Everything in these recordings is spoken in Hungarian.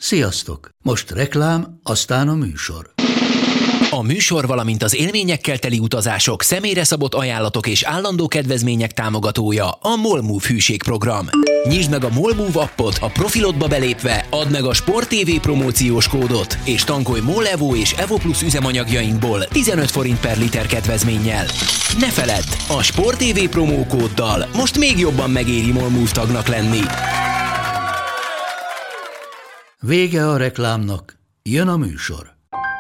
Sziasztok! Most reklám, aztán a műsor. A műsor, valamint az élményekkel teli utazások, személyre szabott ajánlatok és állandó kedvezmények támogatója a MOL Move hűségprogram. Nyisd meg a MOL Move appot, a profilodba belépve add meg a Sport TV promóciós kódot, és tankolj MOL Evo és Evo Plus üzemanyagjainkból 15 forint per liter kedvezménnyel. Ne feledd, a Sport TV promókóddal most még jobban megéri MOL Move tagnak lenni. Vége a reklámnak, jön a műsor.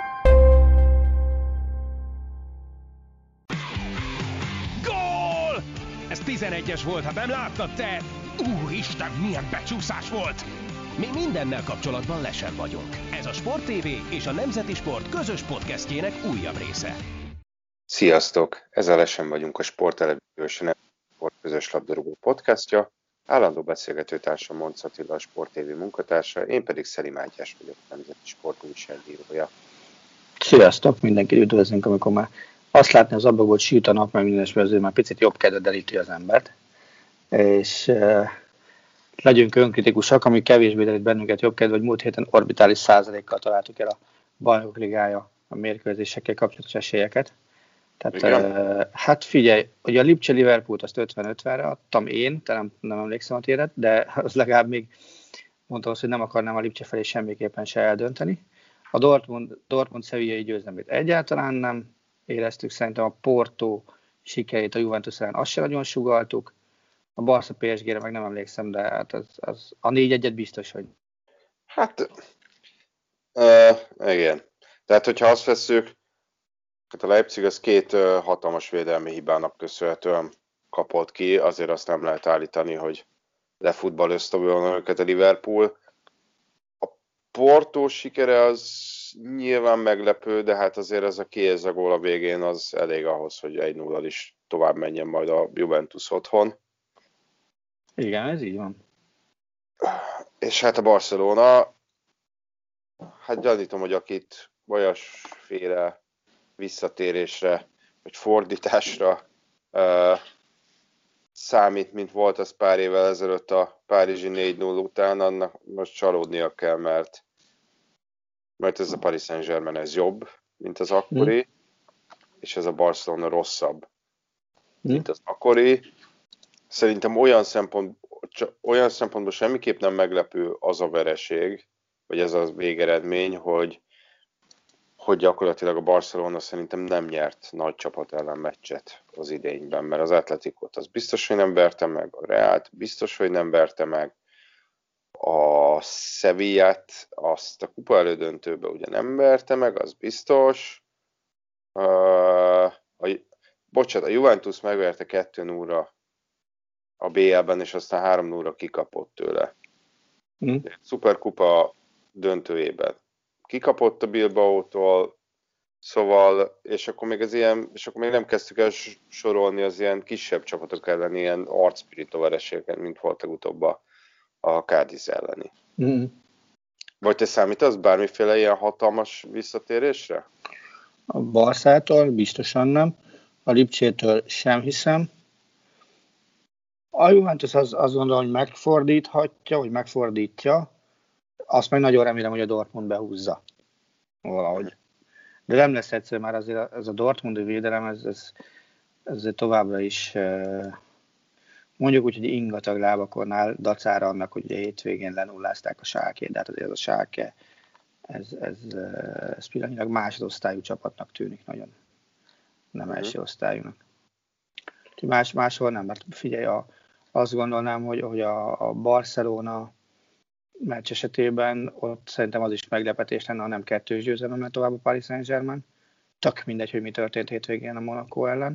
Gól! Ez 11-es volt, ha nem láttad te! Úristen, milyen becsúszás volt! Mi mindennel kapcsolatban lesen vagyunk. Ez a Sport TV és a Nemzeti Sport közös podcastjének újabb része. Sziasztok! Ezzel lesen vagyunk a Sport Televízió és a Nemzeti Sport közös labdarúgó podcastja. Állandó beszélgetőtársam Monc Attila, a Sport TV munkatársa, én pedig Szeli Mátyás vagyok, a Nemzeti Sport újságírója. Sziasztok! Mindenkit üdvözlünk, amikor már azt látni az ablakból, hogy süt a nap, meg mindenesben azért már picit jobb kedve deríti az embert. És legyünk önkritikusak, ami kevésbé derít bennünket jobb kedve, hogy múlt héten orbitális százalékkal találtuk el a Bajnokok Ligája a mérkőzésekkel kapcsolatos esélyeket. Tehát, hát figyelj, hogy a Lipcse Liverpoolt azt 50-50-re adtam én, te nem emlékszem a tiédet, de az legalább még mondtam azt, hogy nem akarnám a Lipcse felé semmiképpen se eldönteni. A Dortmund Sevillai győzelmét egyáltalán nem éreztük, szerintem a Porto sikerét a Juventus ellen azt sem nagyon sugalltuk, a Barca PSG-re meg nem emlékszem, de hát az a 4-1-et biztos, hogy... Hát, igen. Tehát, hogyha azt vesszük, hát a Leipzig az két hatalmas védelmi hibának köszönhetően kapott ki, azért azt nem lehet állítani, hogy lefutballozta volna őket a Liverpool. A Porto sikere az nyilván meglepő, de hát azért ez a Chiesa gól a végén az elég ahhoz, hogy 1-0 is tovább menjen majd a Juventus otthon. Igen, ez így van. És hát a Barcelona, hát gyanítom, hogy akit olyasféle visszatérésre, vagy fordításra számít, mint volt az pár évvel ezelőtt a párizsi 4-0 után, annak most csalódnia kell, mert ez a Paris Saint-Germain ez jobb, mint az akkori, és ez a Barcelona rosszabb, mint az akkori. Szerintem olyan szempontból semmiképp nem meglepő az a vereség, vagy ez a végeredmény, hogy gyakorlatilag a Barcelona szerintem nem nyert nagy csapat ellen meccset az idényben, mert az Atleticot az biztos, hogy nem verte meg, a Realt biztos, hogy nem verte meg, a Sevillát azt a kupa elődöntőbe ugye nem verte meg, az biztos. A Juventus megverte 2-0-ra a BL-ben, és aztán 3-0-ra kikapott tőle. Szuperkupa döntőjében kikapott a Bilbaótól, szóval, és akkor még nem kezdtük el sorolni az ilyen kisebb csapatok ellen, ilyen arcpirító vereségeket, mint voltak utóbb a Cádiz elleni. Vagy te számítasz bármiféle ilyen hatalmas visszatérésre? A Barszától biztosan nem, a Lipcsétől sem hiszem. A Juventus azt gondolom, hogy megfordíthatja, vagy megfordítja. Azt meg nagyon remélem, hogy a Dortmund behúzza valahogy. De nem lesz egyszerű, már azért ez a Dortmundi védelem, ez továbbra is mondjuk úgy, hogy ingatag lábakornál dacára annak, hogy a hétvégén lenullázták a Schalkét, de hát azért az a Schalke, ez pillanatnyilag másodosztályú csapatnak tűnik, nagyon nem első osztályúnak. Máshol nem, mert figyelj, azt gondolnám, hogy a Barcelona meccs esetében ott szerintem az is meglepetés lenne, ha nem 2-2 győzelem lett tovább a Paris Saint-Germain. Tök mindegy, hogy mi történt hétvégén a Monaco ellen.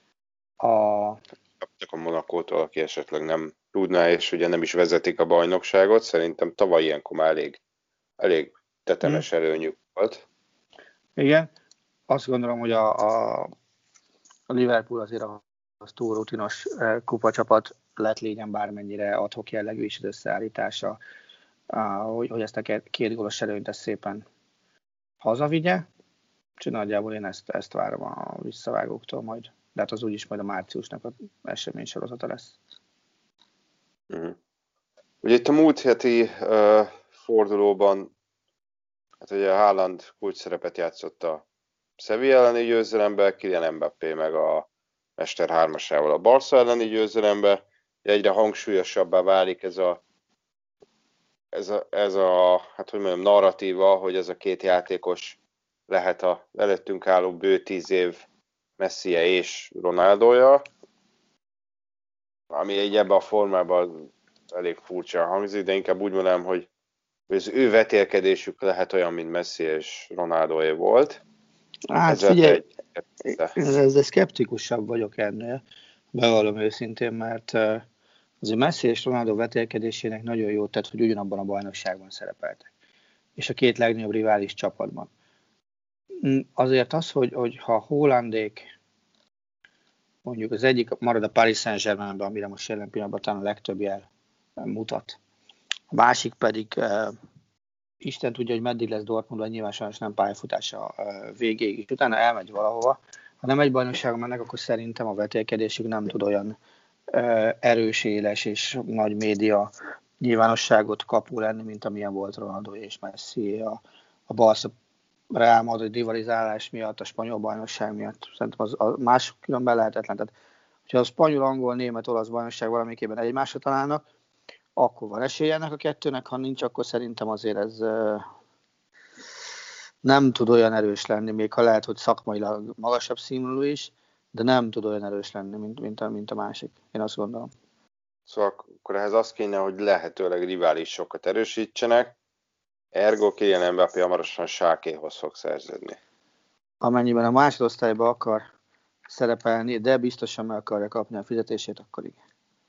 Csak a Monacótól, aki esetleg nem tudná, és ugye nem is vezetik a bajnokságot, szerintem tavaly ilyenkor már elég tetemes előnyük volt. Igen, azt gondolom, hogy a Liverpool azért az túl rutinos kupacsapat lett, légyen bármennyire ad-hoc jellegű is az összeállítása, hogy ezt a két gólos előnyt ezt szépen hazavigye. Úgyhogy nagyjából én ezt várom a visszavágóktól majd. De hát az úgyis majd a márciusnak az esemény sorozata lesz. Ugye itt a múlt heti fordulóban, hát ugye Haaland kulcs szerepet játszott a Sevilla elleni győzelemben, Kylian Mbappé meg a Mester 3-asával a Barca elleni győzelemben. Egyre hangsúlyosabbá válik ez a hát hogy mondjam, narratíva, hogy ez a két játékos lehet a előttünk álló bő 10 év Messie és Ronaldoja, ami egy ebben a formában elég furcsa hangzik, de inkább úgy mondanám, hogy az ő vetélkedésük lehet olyan, mint Messi és Ronaldoé volt. Hát figyelj, ezzel szkeptikusabb vagyok ennél, bevallom őszintén, mert azért Messi és Ronaldo vetélkedésének nagyon jó tett, hogy ugyanabban a bajnokságban szerepeltek. És a két legnagyobb rivális csapatban. Azért az, hogy ha Haalandék, mondjuk az egyik marad a Paris Saint-Germainben, amire most jelen pillanatban talán a legtöbb jel mutat. A másik pedig Isten tudja, hogy meddig lesz Dortmundban, nyilván sajnos nem pályafutása végéig, és utána elmegy valahova. Ha nem egy bajnokságon mennek, akkor szerintem a vetélkedésük nem tud olyan erős, éles és nagy média nyilvánosságot kapó lenni, mint amilyen volt Ronaldo és Messi a Barca Real Madrid rivalizálás miatt, a spanyol bajnokság miatt. Szerintem az más különben lehetetlen. Tehát, hogyha a spanyol, angol, német, olasz bajnokság valamikében egymásra találnak, akkor van esélye ennek a kettőnek, ha nincs, akkor szerintem azért ez nem tud olyan erős lenni, még ha lehet, hogy szakmailag magasabb színvonalú is, de nem tud olyan erős lenni, mint a másik. Én azt gondolom. Szóval akkor ehhez az kéne, hogy lehetőleg riválisokat erősítsenek, ergo Kylian Mbappé hamarosan Schalkéhoz fog szerződni. Amennyiben a másodosztályba akar szerepelni, de biztosan meg akarja kapni a fizetését, akkor igen.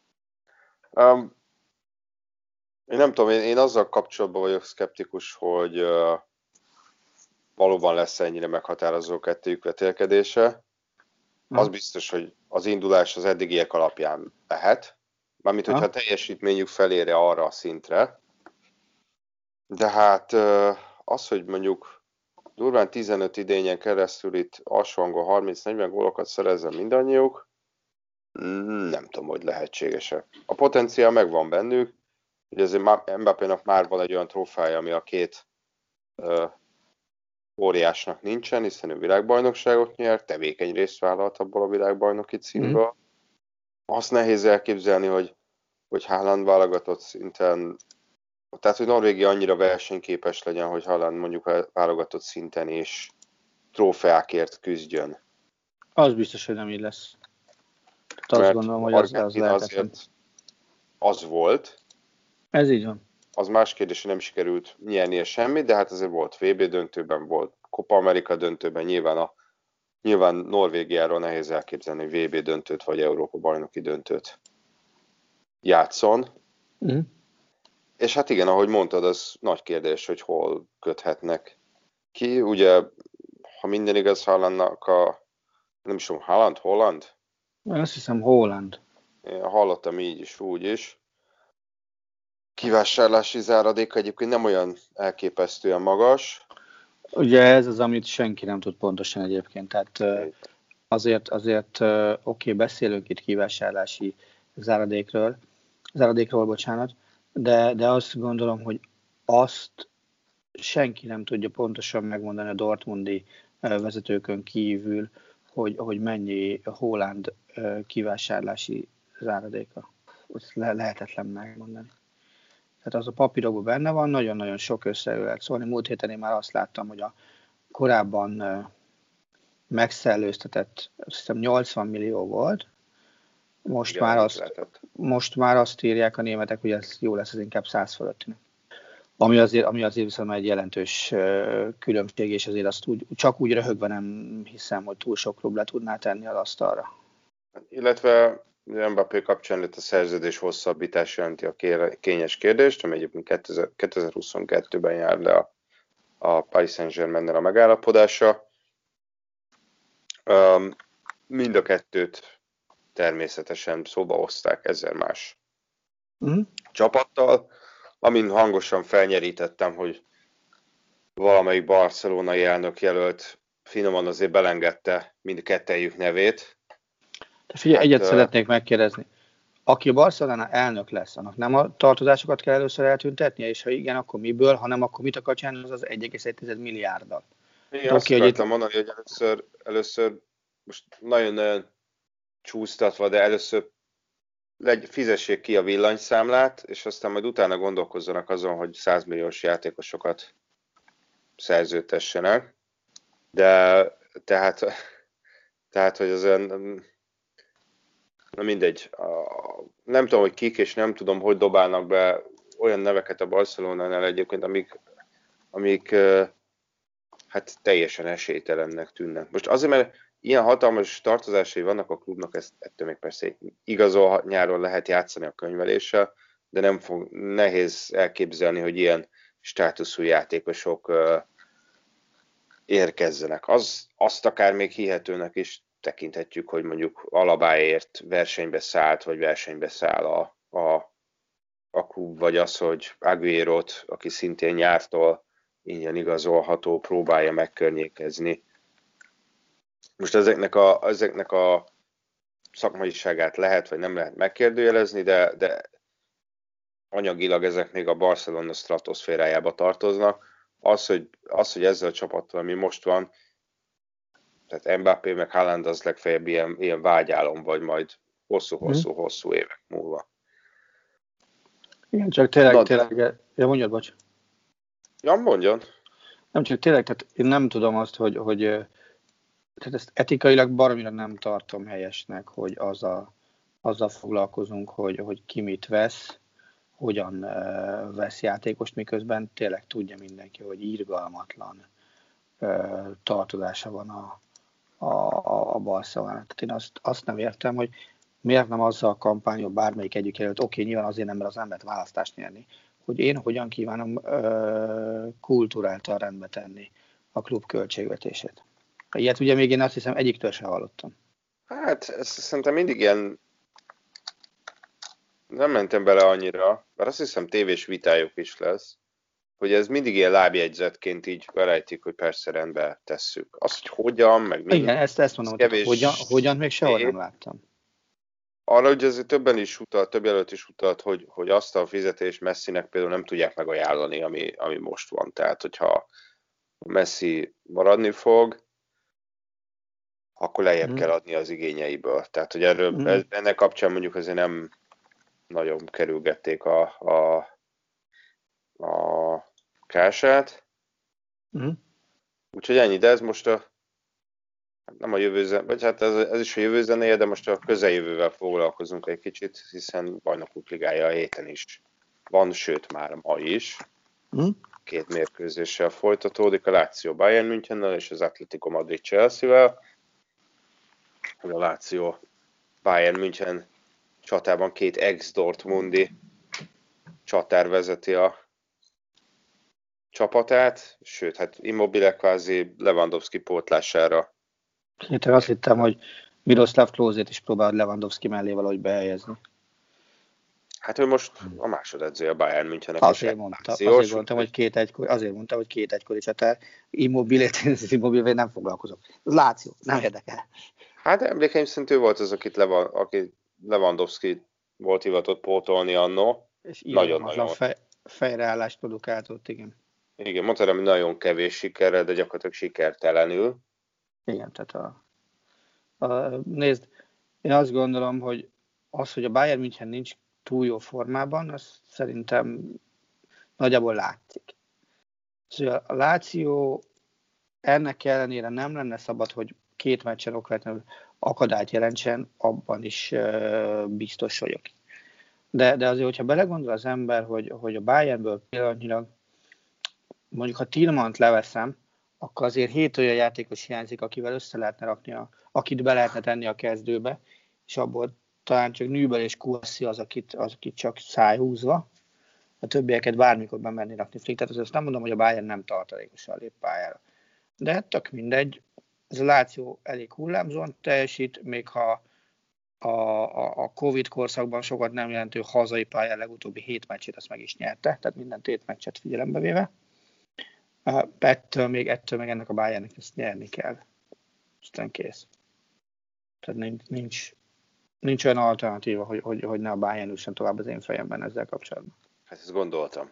Én nem tudom, én azzal kapcsolatban vagyok szkeptikus, hogy valóban lesz ennyire meghatározó kettőjük vetélkedése. Az biztos, hogy az indulás az eddigiek alapján lehet, mármint hogyha a teljesítményük felére arra a szintre. De hát az, hogy mondjuk durván 15 idényen keresztül itt alsóhangon 30-40 gólokat szerezzen mindannyiuk, nem tudom, hogy lehetséges-e. A potenciál megvan bennük, hogy azért Mbappénak már van egy olyan trófája, ami a két óriásnak nincsen, hiszen ő világbajnokságot nyert, tevékeny részt vállalt abból a világbajnoki címből. Azt nehéz elképzelni, hogy Haaland válogatott szinten, tehát hogy Norvégia annyira versenyképes legyen, hogy Haaland mondjuk válogatott szinten és trófeákért küzdjön. Az biztos, hogy nem így lesz. Azt gondolom, hogy az azért az volt. Ez így van. Az más kérdés, hogy nem sikerült nyernie semmit, de hát azért volt VB döntőben, volt Copa America döntőben, nyilván Norvégiáról nehéz elképzelni, hogy VB döntőt vagy Európa bajnoki döntőt játszon. És hát igen, ahogy mondtad, az nagy kérdés, hogy hol köthetnek ki. Ugye, ha minden igaz, Haalandnak nem is tudom, Holland? Azt hiszem Holland. Én hallottam így is, úgy is. Kivásárlási záradéka egyébként nem olyan elképesztően magas. Ugye ez az, amit senki nem tud pontosan egyébként. Tehát azért oké, beszélünk itt kivásárlási záradékról, de azt gondolom, hogy azt senki nem tudja pontosan megmondani a dortmundi vezetőkön kívül, hogy mennyi Haaland kivásárlási záradéka. Ezt lehetetlen megmondani. Tehát az a papírokban benne van, nagyon-nagyon sok összeről lehet szólni. Múlt héten én már azt láttam, hogy a korábban megszellőztetett, azt hiszem 80 millió volt. Most már azt írják a németek, hogy ez jó lesz, ez inkább 100 fölöttinek. Ami azért viszont egy jelentős különbség, és azért azt csak úgy röhögve nem hiszem, hogy túl sok klub le tudná tenni az asztalra. Illetve Mbappé kapcsán lett a szerződés hosszabbítás jelenti a kényes kérdést, ami egyébként 2022-ben jár le a Paris Saint-Germain-nel a megállapodása. Mind a kettőt természetesen szóba hozták ezer más csapattal, amin hangosan felnyerítettem, hogy valamelyik barcelonai elnök jelölt finoman azért belengedte mind kettejük nevét. De figyelj, egyet szeretnék megkérdezni. aki a Barcelona elnök lesz, annak nem a tartozásokat kell először eltüntetnie, és ha igen, akkor miből, hanem akkor mit akar csinálni, az 1,1 milliárddal. Én azt akartam mondani, hogy először most nagyon-nagyon csúsztatva, de először fizessék ki a villanyszámlát, és aztán majd utána gondolkozzanak azon, hogy 100 milliós játékosokat szerződtessenek. De tehát hogy az olyan, na mindegy, nem tudom, hogy kik, és nem tudom, hogy dobálnak be olyan neveket a Barcelonánál egyébként, amik hát teljesen esélytelennek tűnnek. Most azért, mert ilyen hatalmas tartozásai vannak a klubnak, ettől még persze igazol nyáron lehet játszani a könyveléssel, de nehéz elképzelni, hogy ilyen státuszú játékosok érkezzenek. Azt akár még hihetőnek is tekinthetjük, hogy mondjuk Alabáért versenybe szállt, vagy versenybe száll a klub, vagy az, hogy Agüerot, aki szintén nyártól ingyen igazolható, próbálja megkörnyékezni. Most ezeknek a szakmaiságát lehet, vagy nem lehet megkérdőjelezni, de anyagilag ezek még a Barcelona stratoszférájába tartoznak. Az, hogy ezzel a csapattal, ami most van, tehát Mbappé meg Haaland az legfeljebb ilyen vágyálom, vagy majd hosszú évek múlva. Igen, csak tényleg, ja, mondjad, bocs. Ja, mondjon. Nem, csak tényleg, tehát én nem tudom azt, hogy tehát ezt etikailag baromira nem tartom helyesnek, hogy azzal foglalkozunk, hogy ki mit vesz, hogyan vesz játékost, miközben tényleg tudja mindenki, hogy irgalmatlan tartozása van a Barcelona. Tehát én azt nem értem, hogy miért nem azzal a kampányol bármelyik egyik előtt, oké, nyilván azért nem, mert az nem lehet választást nyerni, hogy én hogyan kívánom kulturáltan rendbe tenni a klub költségvetését. Ilyet ugye még én azt hiszem egyiktől sem hallottam. Hát ezt szerintem mindig ilyen, nem mentem bele annyira, mert azt hiszem tévés vitájuk is lesz, hogy ez mindig ilyen lábjegyzetként így belejtik, hogy persze rendbe tesszük. Azt, hogy hogyan, meg mi. Igen, ezt mondom, hogy hogyan még sehol nem láttam. Arra, hogy ezért több jelölt is utalt, hogy azt a fizetést Messinek például nem tudják megajánlani, ami most van. Tehát, hogyha Messi maradni fog, akkor lejjebb kell adni az igényeiből. Tehát, hogy ennek kapcsán mondjuk azért nem nagyon kerülgették a kását. Úgyhogy ennyi, de ez most nem a jövő zenéje, vagy hát ez is a jövő zenéje, de most a közeljövővel foglalkozunk egy kicsit, hiszen Bajnokok Ligája a héten is van, sőt már ma is. 2 mérkőzéssel folytatódik, a Lazio Bayern Münchennel és az Atletico Madrid Chelsea-vel. A Lazio Bayern München csatában 2 ex-Dortmundi csatár vezeti a csapatát, sőt, hát Immobile kvázi Lewandowski pótlására. Én azt hittem, hogy Miroslav Klózét is próbál Lewandowski mellé valahogy behelyezni. Hát ő most a másodedzője a Bayern Münchennek. Azért mondtam, hogy két egykori csatár. Immobile nem foglalkozok. Az Lazio, nem érdekel. Hát emlékeim szerint ő volt az, aki Lewandowski volt hivatott pótolni annó. És nagyon fejreállást produkált ott, igen. Igen, mondtam, hogy nagyon kevés sikerrel, de gyakorlatilag sikertelenül. Igen, tehát nézd, én azt gondolom, hogy hogy a Bayern München nincs túl jó formában, az szerintem nagyjából látszik. Szóval a Lazio ennek ellenére nem lenne szabad, hogy 2 meccsen okvetlenül akadályt jelentsen, abban is biztos vagyok. De azért, hogyha belegondol az ember, hogy a Bayernből pillanatnyilag, mondjuk ha Tielemant leveszem, akkor azért 7 olyan játékos hiányzik, akivel össze lehetne rakni, akit be lehetne tenni a kezdőbe, és abból talán csak Nübel és Kouassi az, akit csak szájhúzva, a többieket bármikor bemerni rakni Flick. Tehát azt nem mondom, hogy a Bayern nem tartalékosan lép pályára. De tök mindegy, ez a Lazio elég hullámzóan teljesít, még ha a Covid korszakban sokat nem jelentő hazai pályán legutóbbi 7 meccsét azt meg is nyerte, tehát minden 7 meccset figyelembe véve. Ettől még ennek a Bayernnek ezt nyerni kell. Aztán kész. Tehát nincs olyan alternatíva, hogy ne a Bayern üssen tovább az én fejemben ezzel kapcsolatban. Hát ezt gondoltam.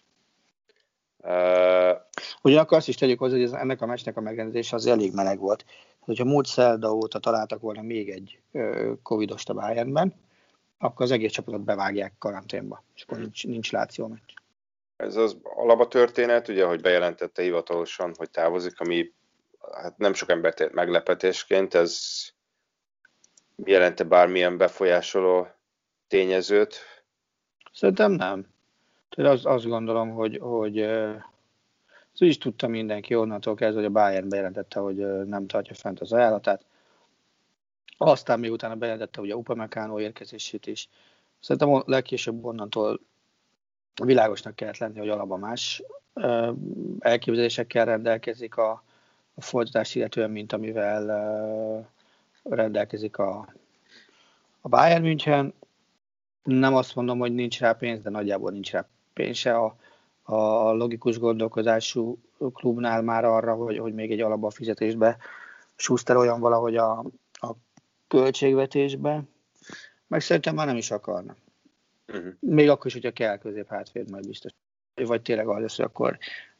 Ugyanakkor azt is tegyük hozzá, hogy ennek a meccsnek a megrendezése az elég meleg volt. Hogyha múlt szerda óta találtak volna még egy covidost a Bayernben, akkor az egész csapatot bevágják karanténba, és akkor nincs Láció meccs. Ez az alaptörténet, ugye, hogy bejelentette hivatalosan, hogy távozik, ami hát nem sok embert meglepetésként, ez jelente bármilyen befolyásoló tényezőt? Szerintem nem. Tehát azt gondolom, hogy ezt is tudta mindenki onnantól kezdve, hogy a Bayern bejelentette, hogy nem tartja fent az ajánlatát. Aztán még utána bejelentette ugye Upamecano érkezését is. Szerintem legkésőbb onnantól világosnak kellett lenni, hogy Alaba más elképzelésekkel rendelkezik a folytatást illetően, mint amivel rendelkezik a Bayern München. Nem azt mondom, hogy nincs rá pénz, de nagyjából nincs rá pénz se a logikus gondolkozású klubnál már arra, hogy még egy Alaba fizetésbe suszteroljon valahogy a költségvetésbe, meg szerintem már nem is akarna. Még akkor is, hogyha kell közép-hátvéd, majd biztos. Vagy tényleg az lesz, hogy akkor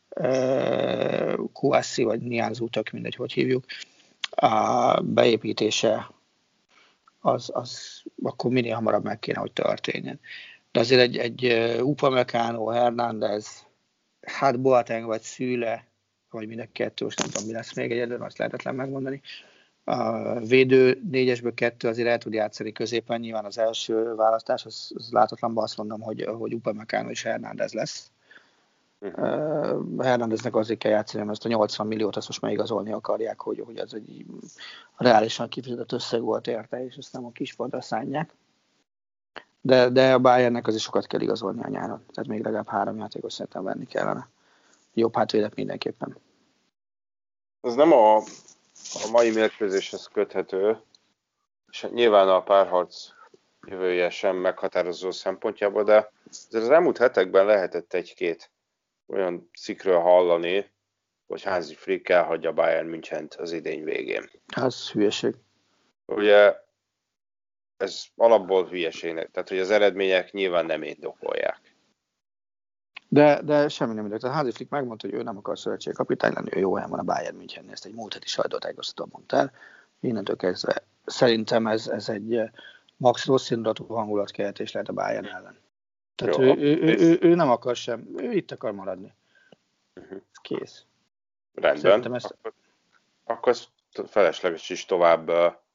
Kouassi vagy Nianzou, tök mindegy, hogy hívjuk, a beépítése az akkor minél hamarabb meg kéne, hogy történjen. De azért egy Upamecano, Hernández, hát Boateng vagy Szüle, vagy mind a kettő, most nem tudom, mi lesz még egyedül, azt lehetetlen megmondani. A védő 4-esből 2 azért el tud játszani középen, nyilván az első választás, az látatlanban azt mondom, hogy Upamecano és Hernández lesz. Hernándeznek azért kell játszani, mert ezt a 80 milliót azt most már igazolni akarják, hogy ez egy reálisan kifizetett összeg volt érte, és ezt nem a kispadra szánják. De a Bayernnek azért sokat kell igazolni a nyáron, tehát még legalább 3 játékos szerintem venni kellene. Jobb hátvédet mindenképpen. Ez nem a mai mérkőzéshez köthető, és nyilván a párharc jövője sem meghatározó szempontjából, de az elmúlt hetekben lehetett egy-két olyan cikkről hallani, hogy Hansi Flick elhagyja Bayern Münchent az idény végén. Ez hülyeség. Ugye ez alapból hülyeségnek, tehát hogy az eredmények nyilván nem indokolják. De semmi nem indok. Tehát Hansi Flick megmondta, hogy ő nem akar szövetségkapitány lenni, ő jó helyen van a Bayern Münchennél, ezt egy múlt heti sajtótájékoztatón mondta el. Innentől kezdve szerintem ez egy max rossz indulatú hangulatkeltés lehet a Bayern ellen. Tehát ő nem akar sem, ő itt akar maradni. Kész. Rendben. Akkor felesleges is tovább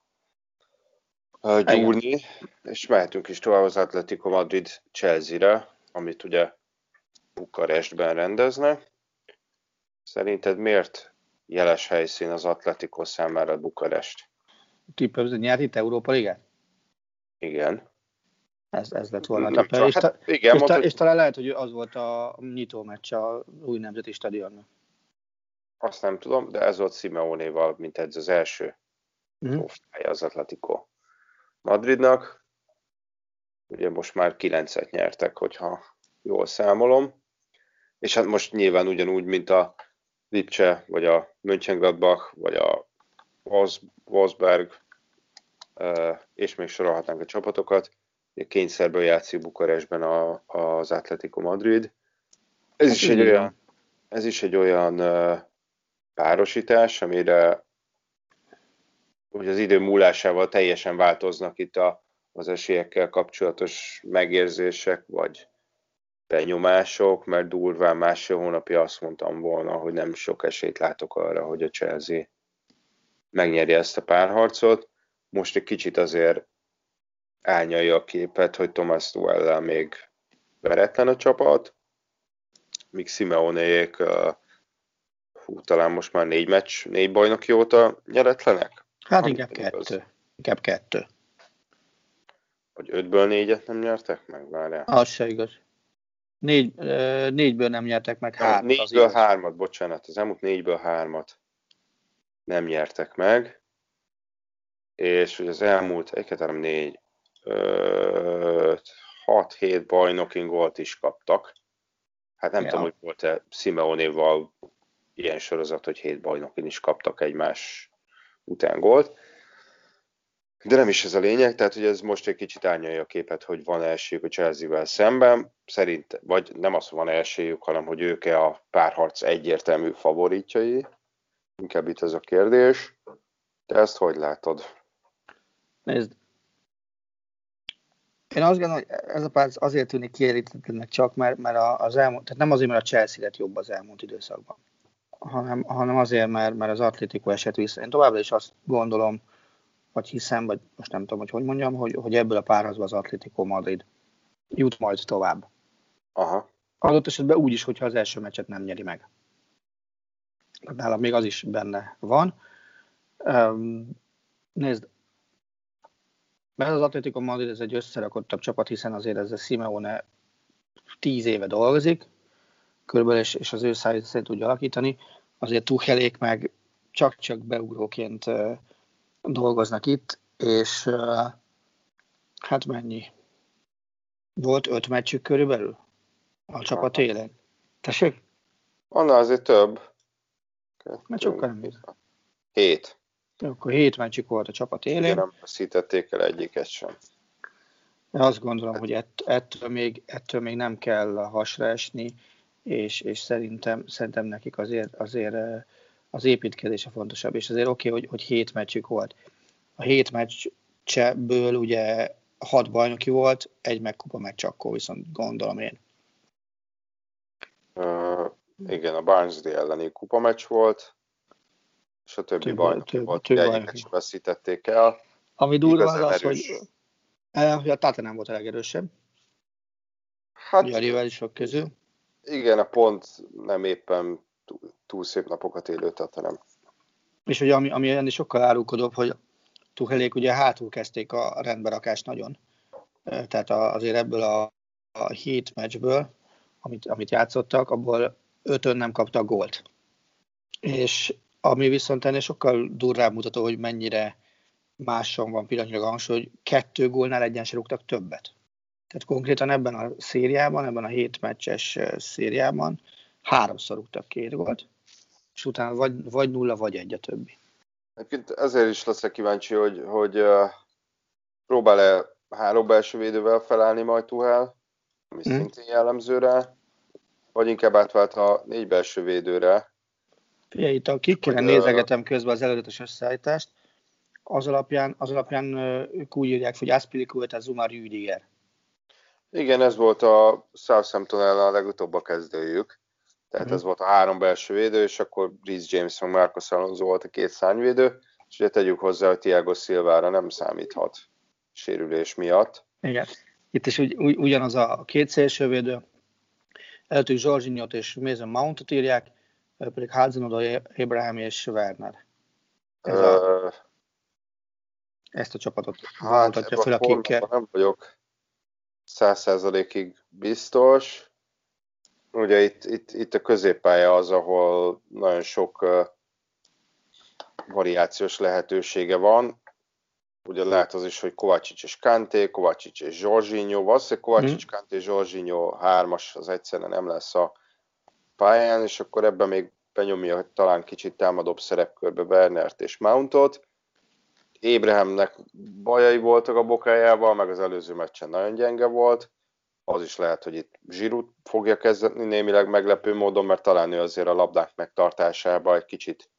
gyúrni, és mehetünk is tovább az Atletico Madrid Chelsea-re, amit ugye Bukarestben rendeznek. Szerinted miért jeles helyszín az Atletico számára Bukarest? Tippelőző nyert itt Európa Ligát? Igen. Ez lett volna a tippel. És talán lehet, hogy az volt a nyitó meccs a új nemzeti stadionnak. Azt nem tudom, de ez volt Simeonéval, mint ez az első trófeája az Atletico Madridnak. Ugye most már 9-et nyertek, hogyha jól számolom. És hát most nyilván ugyanúgy, mint a Lipcse, vagy a Mönchengladbach, vagy a Wolfsberg, és még sorolhatnánk a csapatokat. Kényszerből játszik Bukarestben az Atletico Madrid. Ez is egy olyan párosítás, amire ugye az idő múlásával teljesen változnak itt az esélyekkel kapcsolatos megérzések, vagy benyomások, mert durván másfél hónapja azt mondtam volna, hogy nem sok esélyt látok arra, hogy a Chelsea megnyeri ezt a párharcot. Most egy kicsit azért árnyalja a képet, hogy Thomas Tuchellel még veretlen a csapat, míg Simeonék talán most már 4 bajnoki óta nyeretlenek? Hát inkább 2. Vagy 5-ből 4-et nem nyertek meg? Várjál. Az se igaz. 4-ből nem nyertek meg 3. 4-ből 3-at, bocsánat. Az elmúlt 4-ből 3-at nem nyertek meg. És ugye az elmúlt 6-7 bajnoki gólt is kaptak. Hát nem tudom, hogy volt-e Simeonéval ilyen sorozat, hogy 7 bajnokin is kaptak egymás után gólt. De nem is ez a lényeg, tehát hogy ez most egy kicsit árnyalja a képet, hogy van esélyük a Chelsea-vel szemben. Szerint, vagy nem az, hogy van esélyük, hanem hogy ők-e a párharc egyértelmű favoritjai. Inkább itt ez a kérdés. Te ezt hogy látod? Nézd, én azt gondolom, hogy ez a párharc azért tűnik kielégítőnek csak, mert az elmúlt, tehát nem azért, mert a Chelsea lett jobb az elmúlt időszakban, hanem azért, mert az Atlético esett vissza. Én továbbra is azt gondolom, vagy hiszem, vagy most nem tudom, hogy mondjam, hogy ebből a párharcban az Atlético Madrid jut majd tovább. Aha. Adott esetben úgy is, hogyha az első meccset nem nyeri meg. Nálam még az is benne van. Nézd, mert az Atlético Madrid ez egy összerakottabb csapat, hiszen azért ez a Simeone 10 éve dolgozik, körülbelül, és az ő száját szerint tudja alakítani. Azért Tuchelék meg csak-csak beugróként dolgoznak itt, és hát mennyi? Volt 5 meccsük körülbelül a csapat élén. Tessék? Annál azért több. Mert sokkal nem bíz. 7. Akkor 7 meccsük volt a csapat élén. Igen, nem veszítették el egyiket sem. De azt gondolom, hogy ettől még nem kell hasra esni, és szerintem nekik azért az építkezése fontosabb. És azért oké, hogy 7 meccsük volt. A 7 meccsből ugye 6 bajnoki volt, egy megkupa meccs akkor, viszont gondolom én. Igen, a Barnsley elleni kupameccs volt, és a többi bajnoki volt, egyiket sem veszítették el. Ami durva az, hogy a Tottenham volt a legerősebb. Hát, ugye a riválisok közül. Igen, a pont nem éppen túl szép napokat élő Tottenham. És ugye ami ennél sokkal árulkodóbb, hogy Tuchelék ugye hátul kezdték a rendberakást nagyon. Tehát azért ebből a 7 meccsből, amit játszottak, abból 5-ön nem kaptak gólt. És ami viszont ennél sokkal durvább mutató, hogy mennyire máson van pillanatnyilag a hangsúly, hogy 2 gólnál egyen se rúgtak többet. Tehát konkrétan ebben a szériában, ebben a 7 meccses szériában 3-szor rúgtak 2 gólt, és utána vagy 0, vagy 1 a többi. Ezért is leszek kíváncsi, hogy próbál-e 3 belső védővel felállni majd Tuchel, ami szintén jellemző rá, vagy inkább átvált a 4 belső védőre. Figyelj, itt a kikkel nézegetem közben az előzetes összeállítást, az alapján ők úgy írják, hogy Azpilicueta, Zouma, Rüdiger. Igen, ez volt a Southampton ellen a legutóbb a kezdőjük. Tehát ez volt a 3 belső védő, és akkor Reece James meg Marcos Alonso volt a 2 szárnyvédő, és ugye tegyük hozzá, hogy Thiago Silvára nem számíthat sérülés miatt. Igen, itt is ugyanaz a 2 szélsővédő, előttük Jorginhot és Mason Mountot írják, pedig Hudson-Odoi, Abraham és Werner. Ezt a csapatot mutatja fel a kikkel. Nem vagyok 100%-ig biztos. Ugye itt a középpálya az, ahol nagyon sok variációs lehetősége van. Ugye lehet az is, hogy Kovacic és Kanté, Kovacic és Jorginho. Valószínűleg Kovacic, Kanté és Jorginho 3-as az egyszerűen nem lesz a pályán, és akkor ebben még benyomja talán kicsit támadóbb szerepkörbe Wernert és Mountot. Abrahamnek bajai voltak a bokájával, meg az előző meccsen nagyon gyenge volt. Az is lehet, hogy itt Giroud fogja kezdeni némileg meglepő módon, mert talán ő azért a labdák megtartásában egy kicsit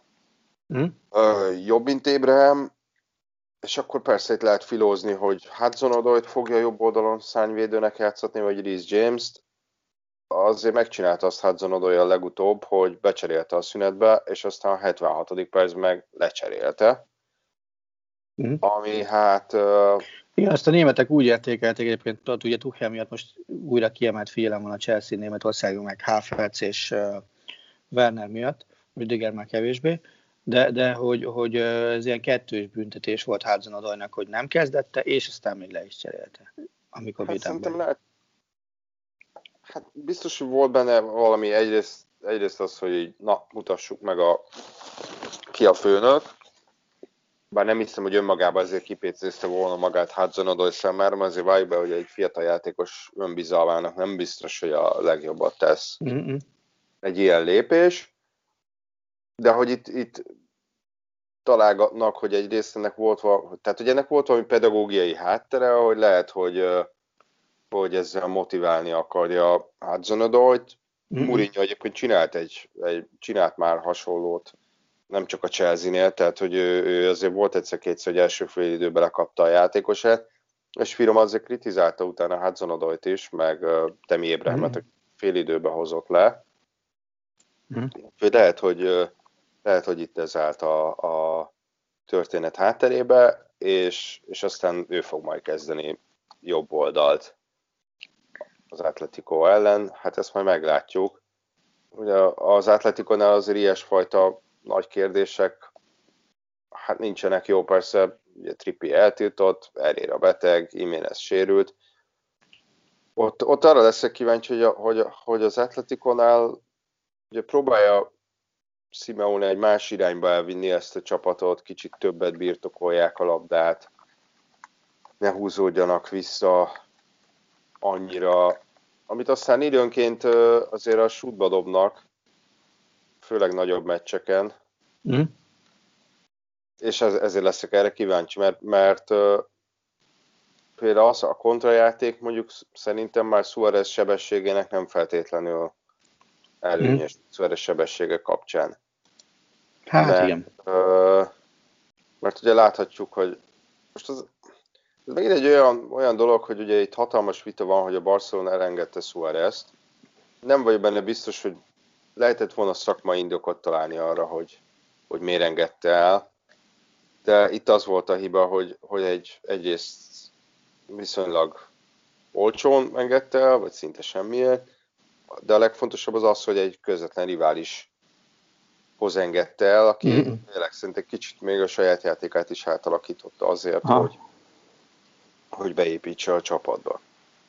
jobb, mint Abraham. És akkor persze itt lehet filózni, hogy Hudson-Odoit fogja jobb oldalon szárnyvédőnek játszatni, vagy Reece James-t. Azért megcsinálta azt Hudson-Odoi a legutóbb, hogy becserélte a szünetbe, és aztán a 76. percben meg lecserélte. Ami hát... Igen, ezt a németek úgy értékelték egyébként, tudod, ugye Tuchel miatt most újra kiemelt figyelem van a Chelsea Németországon, meg Havertz és Werner miatt, Rüdiger már kevésbé, de hogy ez ilyen kettős büntetés volt Hudson-Odoinak, hogy nem kezdette, és aztán még le is cserélte, amikor hát hát biztos, hogy volt benne valami egyrészt az, hogy mutassuk meg ki a főnök, bár nem hiszem, hogy önmagában ezért kipécézte volna magát Hudson-Odoi számára, mert azért valljuk be, hogy egy fiatal játékos önbizalmának nem biztos, hogy a legjobbat tesz egy ilyen lépés. De hogy itt találgatnak, hogy egyrészt ennek volt valami pedagógiai háttere, hogy lehet, hogy ezzel motiválni akarja Hudson-Odoit. Mourinho egyébként csinált már hasonlót, nem csak a Chelsea-nél, tehát hogy ő azért volt egyszer-kétszer, hogy első fél időben lekapta a játékosát, és Firom azért kritizálta utána Hudson-Odoit is, meg Tammy Abrahamet a fél időben hozott le. Lehet, hogy itt ez állt a történet hátterébe, és aztán ő fog majd kezdeni jobb oldalt az Atletico ellen. Hát ezt majd meglátjuk. Ugye az Atleticónál azért ilyesfajta nagy kérdések hát nincsenek. Jó, persze, ugye Trippier eltiltott, Herrera beteg, Jiménez sérült. Ott arra leszek kíváncsi, hogy az Atleticónál ugye próbálja Simeone egy más irányba elvinni ezt a csapatot, kicsit többet birtokolják a labdát, ne húzódjanak vissza annyira, amit aztán időnként azért a shootba dobnak, főleg nagyobb meccseken, és ezért leszek erre kíváncsi, mert például a kontrajáték mondjuk szerintem már Suárez sebességének nem feltétlenül előnyös Suárez sebessége kapcsán. Hát igen. Mert ugye láthatjuk, hogy most ez megint egy olyan dolog, hogy ugye itt hatalmas vita van, hogy a Barcelona elengedte Suárezt. Nem vagyok benne biztos, hogy lehetett volna szakmai indokot találni arra, hogy miért engedte el. De itt az volt a hiba, hogy egyrészt viszonylag olcsón engedte el, vagy szinte semmiért. De a legfontosabb az, hogy egy közvetlen riválishoz engedte el, aki tényleg szerintem kicsit még a saját játékát is átalakította azért, hogy beépítse a csapatba.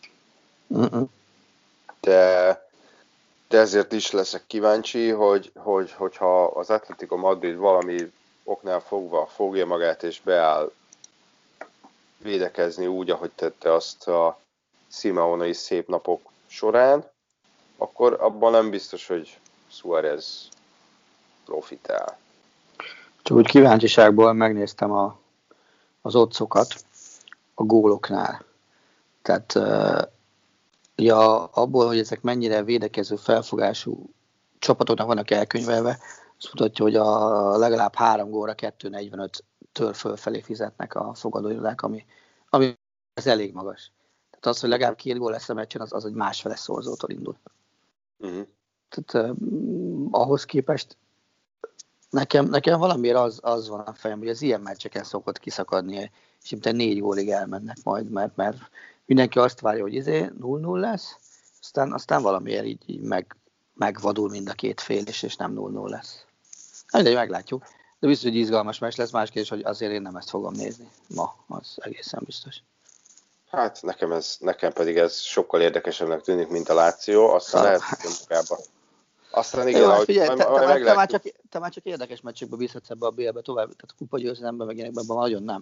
De ezért is leszek kíváncsi, hogyha az Atletico Madrid valami oknál fogva fogja magát és beáll védekezni úgy, ahogy tette azt a Simeone szép napok során, akkor abban nem biztos, hogy Suárez profitál. Csak úgy kíváncsiságból megnéztem az oddszokat a góloknál. Tehát abból, hogy ezek mennyire védekező felfogású csapatoknak vannak elkönyvelve, azt mutatja, hogy a legalább 3 gólra 2,45-től fölfelé fizetnek a fogadóirodák, ami ez elég magas. Tehát az, hogy legalább 2 gól lesz a meccsen, az egy másfele szorzótól indul. Tehát ahhoz képest nekem valamiért az van a fejem, hogy az ilyen meccseken szokott kiszakadni, és mint 4 gólig elmennek majd, mert mindenki azt várja, hogy 0-0 lesz, aztán valamiért így megvadul mind a két fél, és nem 0-0 lesz. De meglátjuk. De biztos, hogy izgalmas meccs lesz, más kérdés, hogy azért én nem ezt fogom nézni ma, az egészen biztos. Hát nekem pedig ez sokkal érdekesebbnek tűnik, mint a Lazio, aztán lehet, hogy magába. Aztán igen, ahogy figyelj, te már csak érdekes meccsekbe bízhatsz ebbe a BL-be tovább, tehát kupagyőzelemben meg ilyenekben nagyon nem.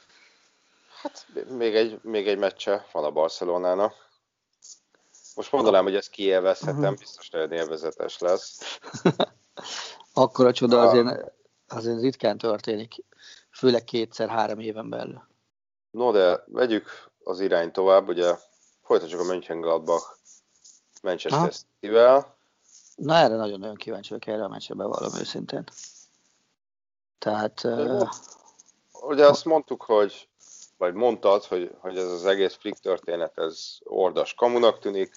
Hát még egy meccse van a Barcelonának. Most mondanám, hogy ezt kiélvezhetem, biztos nagyon élvezetes lesz. Akkor a csoda azért ritkán történik, főleg 2-3 éven belül. No, de vegyük az irány tovább, ugye folytatjuk a Mönchengladbach Manchester City-vel. Na erre nagyon-nagyon kíváncsi vagyok, erre a meccsre bevallom őszintén. Tehát... Ugye azt mondtuk, vagy mondtad, hogy ez az egész Flick történet, ez ordas kamunak tűnik.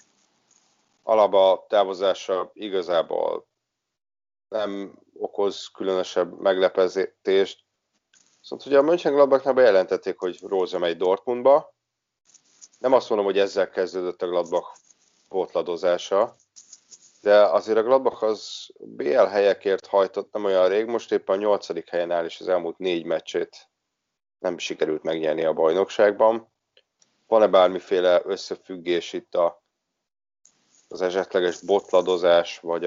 Alaba távozása igazából nem okoz különösebb meglepetést. Szóval ugye a Mönchengladbachnál bejelentették, hogy Rose megy Dortmundba. Nem azt mondom, hogy ezzel kezdődött a Gladbach pótladozása, de azért a Gladbach az BL helyekért hajtott nem olyan rég, most éppen a 8. helyen áll, és az elmúlt 4 meccsét nem sikerült megnyerni a bajnokságban. Van-e bármiféle összefüggés itt az esetleges botladozás, vagy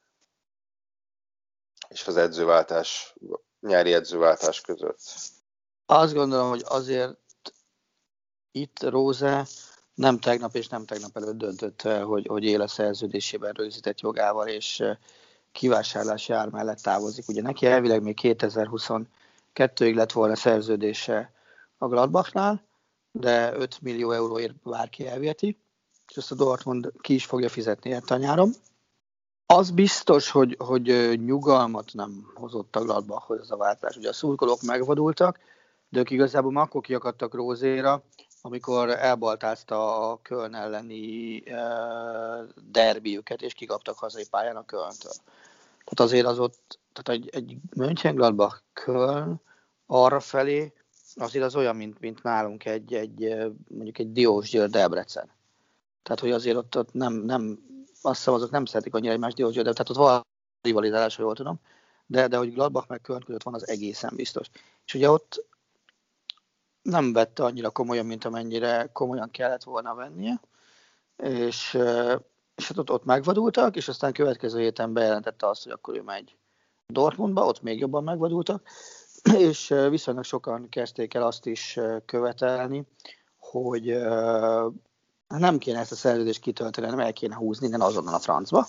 és az nyári edzőváltás között? Azt gondolom, hogy azért itt Rose nem tegnap és nem tegnap előtt döntött, hogy él a szerződésében rögzített jogával, és kivásárlási ár mellett távozik. Ugye neki elvileg még 2024 2-ig lett volna szerződése a Gladbachnál, de 5 millió euróért bárki elviheti, és ezt a Dortmund ki is fogja fizetni a nyáron. Az biztos, hogy nyugalmat nem hozott a Gladbachhoz ez a váltás. Ugye a szurkolók megvadultak, de ők igazából már akkor kiakadtak Rózéra, amikor elbaltázta a Köln elleni derbiüket, és kikaptak hazai pályán a Kölntől. Tehát azért az ott, tehát egy Mönchengladbach Köln arra felé, azért az olyan, mint nálunk mondjuk egy Diósgyőr Debrecen. Tehát, hogy azért ott nem azt hiszem, azok nem szeretik annyira egymást Diósgyőr, tehát ott van rivalizálás, ha jól tudom, de hogy Gladbach meg Köln között van, az egészen biztos. És ugye ott nem vette annyira komolyan, mint amennyire komolyan kellett volna vennie, és ott megvadultak, és aztán következő héten bejelentette azt, hogy akkor ő megy Dortmundba, ott még jobban megvadultak, és viszonylag sokan kezdték el azt is követelni, hogy nem kéne ezt a szerződést kitölteni, hanem el kéne húzni innen azonnal a francba.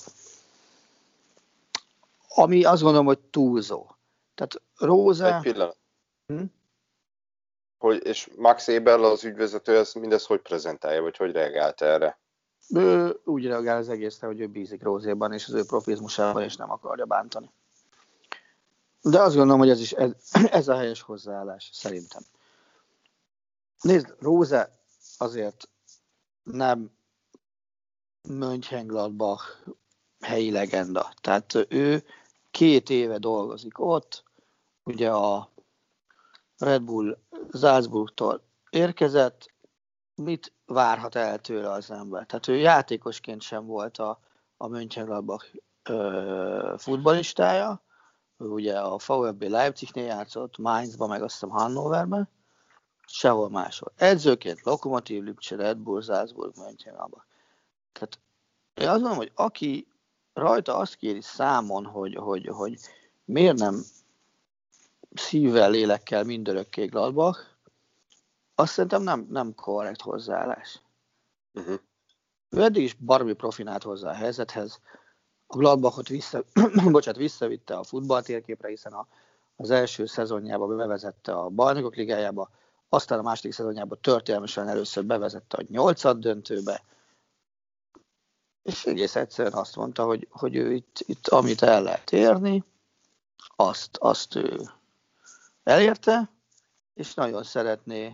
Ami azt gondolom, hogy túlzó. Tehát Rose... Egy pillanat. És Max Eberl, az ügyvezető, ez mindezt hogy prezentálja, vagy hogy reagált erre? Ő úgy reagál az egészre, hogy ő bízik Rózéban, és az ő profizmusában, és nem akarja bántani. De azt gondolom, hogy ez a helyes hozzáállás, szerintem. Nézd, Rose azért nem Mönchengladbach helyi legenda. Tehát ő 2 éve dolgozik ott, ugye a Red Bull Salzburgtól érkezett, mit várhat el tőle az ember? Tehát ő játékosként sem volt a Mönchengladbach futballistája, ő ugye a VfB Leipzignél játszott, Mainzban, meg azt hiszem Hannoverben, sehol máshol. Edzőként Lokomotív Lipcse, Red Bull, Salzburg, Mönchengladbach. Tehát én azt mondom, hogy aki rajta azt kéri számon, hogy miért nem szívvel, lélekkel mindörökké Gladbach, azt szerintem nem korrekt hozzáállás. Ő eddig is baromi profin állt hozzá a helyzethez. A Gladbachot visszavitte a futballtérképre, hiszen az első szezonjában bevezette a Bajnokok Ligájába, aztán a második szezonjában történelmesen először bevezette a 8. döntőbe, és egész egyszerűen azt mondta, hogy ő itt amit el lehet érni, azt ő elérte, és nagyon szeretné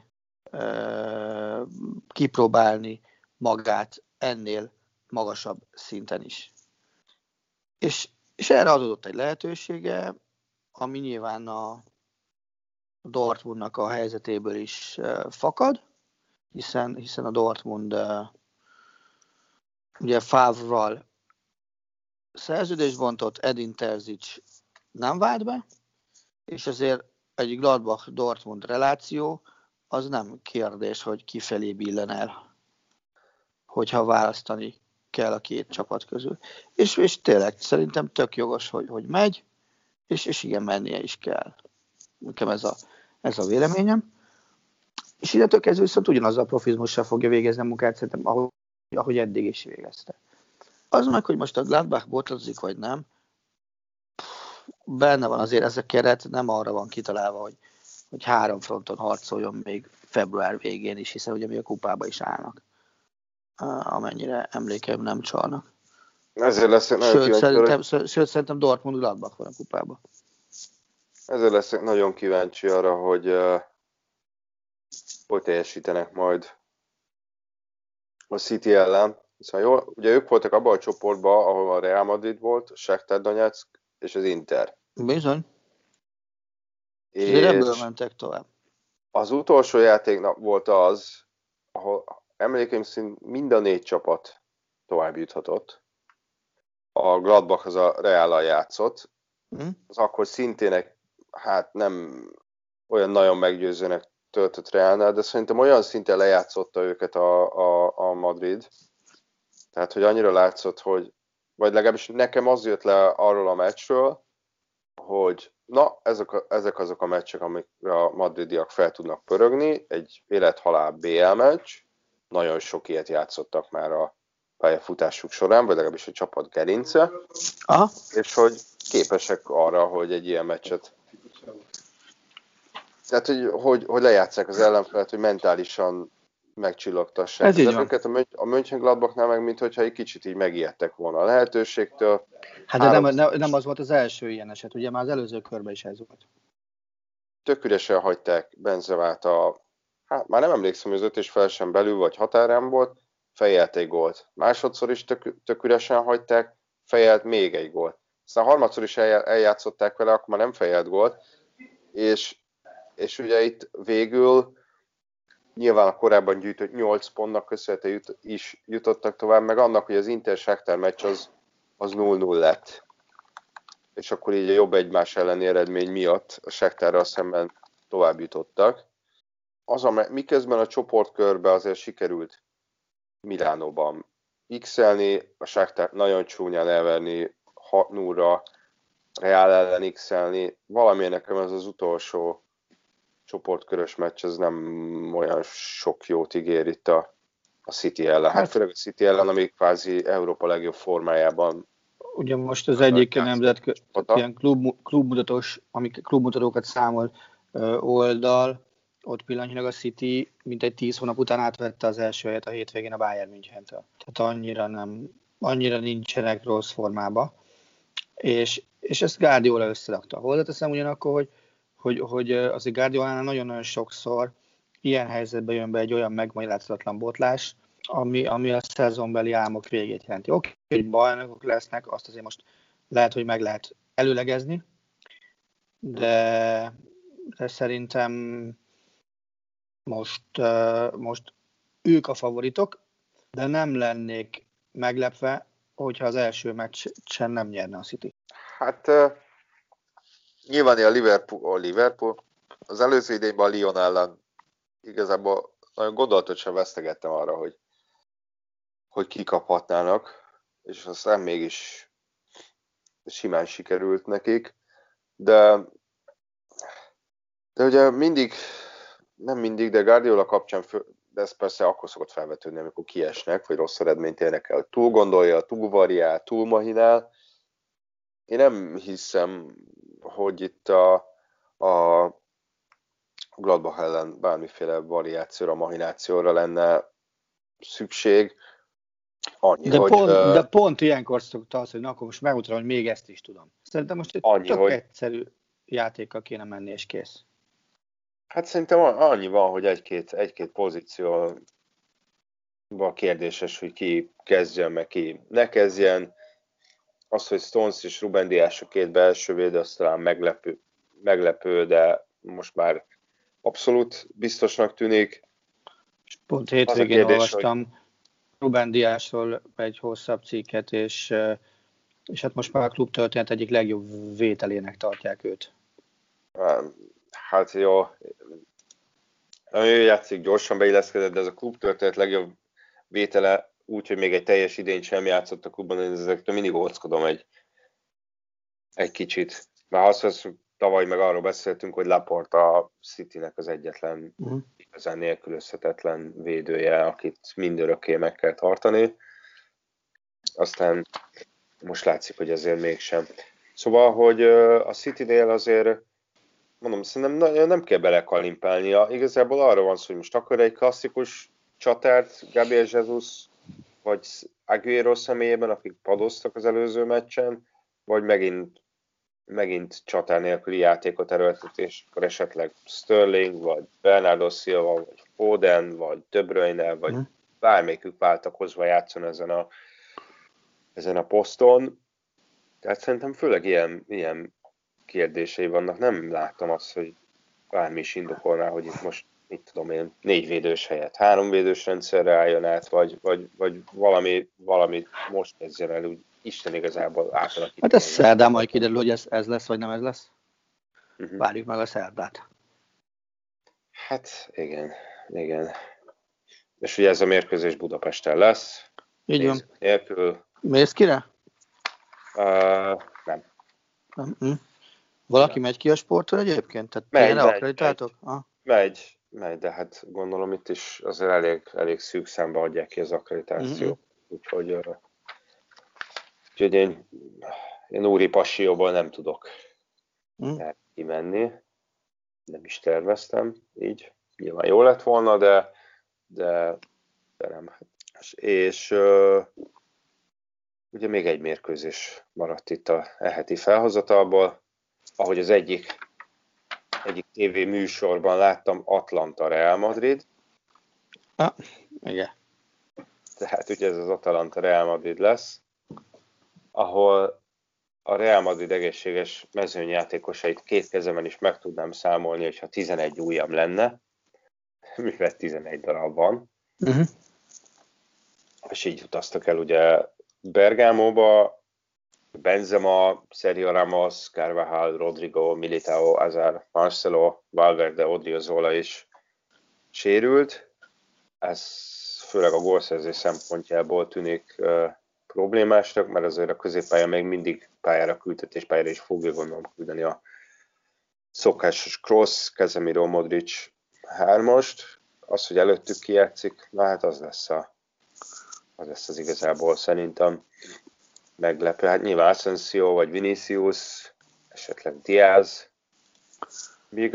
kipróbálni magát ennél magasabb szinten is. És erre adódott egy lehetősége, ami nyilván a Dortmundnak a helyzetéből is fakad, hiszen a Dortmund ugye Favre-val szerződést bontott, Edin Terzic nem vált be, és azért egy Gladbach-Dortmund reláció az nem kérdés, hogy kifelé billen el, hogyha választani kell a 2 csapat közül. És tényleg szerintem tök jogos, hogy megy, és igen, mennie is kell. Nekem ez a véleményem. És innentől kezdve viszont ugyanazzal a profizmussal fogja végezni a munkát, szerintem, ahogy eddig is végezte. Az meg, hogy most a Gladbach botladozik, vagy nem, benne van azért ez a keret, nem arra van kitalálva, hogy 3 fronton harcoljon még február végén is, hiszen ugye még a kupába is állnak, amennyire emlékeim nem csalnak. Ezért leszek nagyon Sőt, szerintem Dortmund Gladbach van a kupába. Ezért leszek nagyon kíváncsi arra, hogy teljesítenek majd a City ellen. Szóval jól, ugye ők voltak abban a csoportban, ahol a Real Madrid volt, a Shakhtar Donetsk és az Inter. Bizony. És ebből mentek tovább. Az utolsó játéknap volt az, ahol emlékeim szerint mind a 4 csapat tovább juthatott. A Gladbach az a Reállal játszott. Az akkor szintén nem olyan nagyon meggyőzőnek töltött Reálnál, de szerintem olyan szinten lejátszotta őket a Madrid. Tehát, hogy annyira látszott, hogy vagy legalábbis nekem az jött le arról a meccsről, hogy ezek azok a meccsek, amik a madridiak fel tudnak pörögni, egy élet-halál BL meccs, nagyon sok ilyet játszottak már a pályafutásuk során, vagy legalábbis a csapat gerince, és hogy képesek arra, hogy egy ilyen meccset Tehát, hogy lejátsszák az ellenfelet, hogy mentálisan megcsillogtassák Ez az így van. erőket. A Mönchengladbachnál meg mintha egy kicsit így megijedtek volna a lehetőségtől. Hát de nem az volt az első ilyen eset, ugye már az előző körben is ez volt. Tök üresen hagyták Benzemát hát már nem emlékszem, hogy az 5 és felesen belül vagy határán volt, fejelt egy gólt. Másodszor is tök üresen hagyták, fejelt még egy gólt. Aztán harmadszor is eljátszották vele, akkor már nem fejelt gólt, és ugye itt végül nyilván a korábban gyűjtött 8 pontnak köszönhetően is jutottak tovább, meg annak, hogy az Inter-Shakhtar meccs az 0-0 lett. És akkor így a jobb egymás elleni eredmény miatt a Shakhtarral szemben tovább jutottak. Miközben a csoportkörbe azért sikerült Milánóban x-elni, a Shakhtar nagyon csúnyán elverni 6-0-ra, Real ellen x-elni. Valamiért nekem ez az utolsó csoportkörös meccs, ez nem olyan sok jót ígér itt a City ellen. Hát főleg a City ellen, ami kvázi Európa legjobb formájában. Ugye most az egyik nemzetközi ilyen klubmutatós, amik klubmutatókat számol oldal, ott pillanatnyilag a City mintegy 10 hónap után átvette az első helyet a hétvégén a Bayern Münchentől. Tehát annyira nincsenek rossz formába. És ezt Guardiola összerakta. Hozzáteszem ugyanakkor, hogy azért Guardiolánál nagyon-nagyon sokszor ilyen helyzetben jön be egy olyan megmagyarázatlan botlás, ami a szezonbeli álmok végét jelenti. Oké, hogy bajnokok lesznek, azt azért most lehet, hogy meg lehet előlegezni, de szerintem most ők a favoritok, de nem lennék meglepve, hogyha az első meccsen nem nyerne a City. Hát nyilván a Liverpool az előző idényben a Lyon ellen igazából nagyon gondolatot sem vesztegettem arra, hogy kikaphatnának, és aztán mégis simán sikerült nekik, de ugye nem mindig, de Guardiola kapcsán, de ez persze akkor szokott felvetődni, amikor kiesnek, vagy rossz eredményt érnek el, túl gondolja, túl variál, túl mahinál. Én nem hiszem, hogy itt a Gladbach ellen bármiféle variációra, mahinációra lenne szükség. Annyi, de pont ilyenkor szokta az, hogy na, akkor most megmutatom, hogy még ezt is tudom. Szerintem most egy egyszerű játékkal kéne menni, és kész. Hát szerintem annyi van, hogy egy-két pozícióban kérdéses, hogy ki kezdjen, meg ki ne kezdjen. Az, hogy Stones és Ruben Dias a két belső védő, az talán meglepő, de most már abszolút biztosnak tűnik. És pont hétvégén olvastam Ruben Diasról egy hosszabb cikket, és hát most már a klub történet egyik legjobb vételének tartják őt. Hát jó, ő játszik, gyorsan beilleszkedett, de ez a klub történet legjobb vétele úgy, hogy még egy teljes idényt sem játszott a klubban, én ezektől mindig óckodom egy kicsit. Már azt tavaly meg arról beszéltünk, hogy Laporta a Citynek az egyetlen igazán nélkülözhetetlen védője, akit mindörökké meg kell tartani. Aztán most látszik, hogy azért mégsem. Szóval, hogy a Citynél azért mondom, szerintem nem kell belekalimpálnia. Igazából arra van szó, hogy most akar egy klasszikus csatárt Gabriel Jesus vagy Agüero személyében, akik padoztak az előző meccsen, vagy megint csatár nélküli játékot erőltetés, akkor esetleg Sterling, vagy Bernardo Silva, vagy Foden, vagy De Bruyne, vagy bármelyikük váltakozva játszon ezen a poszton. Tehát szerintem főleg ilyen kérdései vannak. Nem láttam azt, hogy bármi is indokolná, hogy itt most, mit tudom én, 4 védős helyett 3 védős rendszerre álljon át, vagy valami most kezdjen el úgy Isten igazából átalakítani. Hát ez szerdán majd kiderül, hogy ez lesz, vagy nem ez lesz. Várjuk meg a szerdát. Hát igen. És ugye ez a mérkőzés Budapesten lesz. Így van. Nélkül. Mész kire? Nem. Valaki megy ki a sporttól egyébként? Tehát akkreditátok? Megy, de hát gondolom itt is azért elég szűk számba adják ki az akkreditációt. Úgyhogy én úri passióból nem tudok kimenni. nem is terveztem így. Nyilván jó lett volna, de nem. És ugye még egy mérkőzés maradt itt a heti felhozatalból, ahogy az egyik TV műsorban láttam, Atlanta Real Madrid. Igen. Tehát ugye ez az Atalanta Real Madrid lesz, ahol a Real Madrid egészséges mezőnyjátékosait két kezemen is meg tudnám számolni, hogyha 11 ujjam lenne, mivel 11 darab van. Uh-huh. És így utaztak el ugye Bergámóba, Benzema, Sergio Ramos, Carvajal, Rodrigo, Militao, Hazard, Marcelo, Valverde, Odriozola is sérült. Ez főleg a gólszerzés szempontjából tűnik problémásnak, mert azért a középpálya még mindig pályára küldött, és pályára is fogja gondolom küldeni a szokásos Kroos, Casemiro, Modric 3-ast. Az, hogy előttük kijátszik, na hát az lesz az igazából szerintem meglepő. Hát nyilván Asensio vagy Vinicius, esetleg Diaz. Míg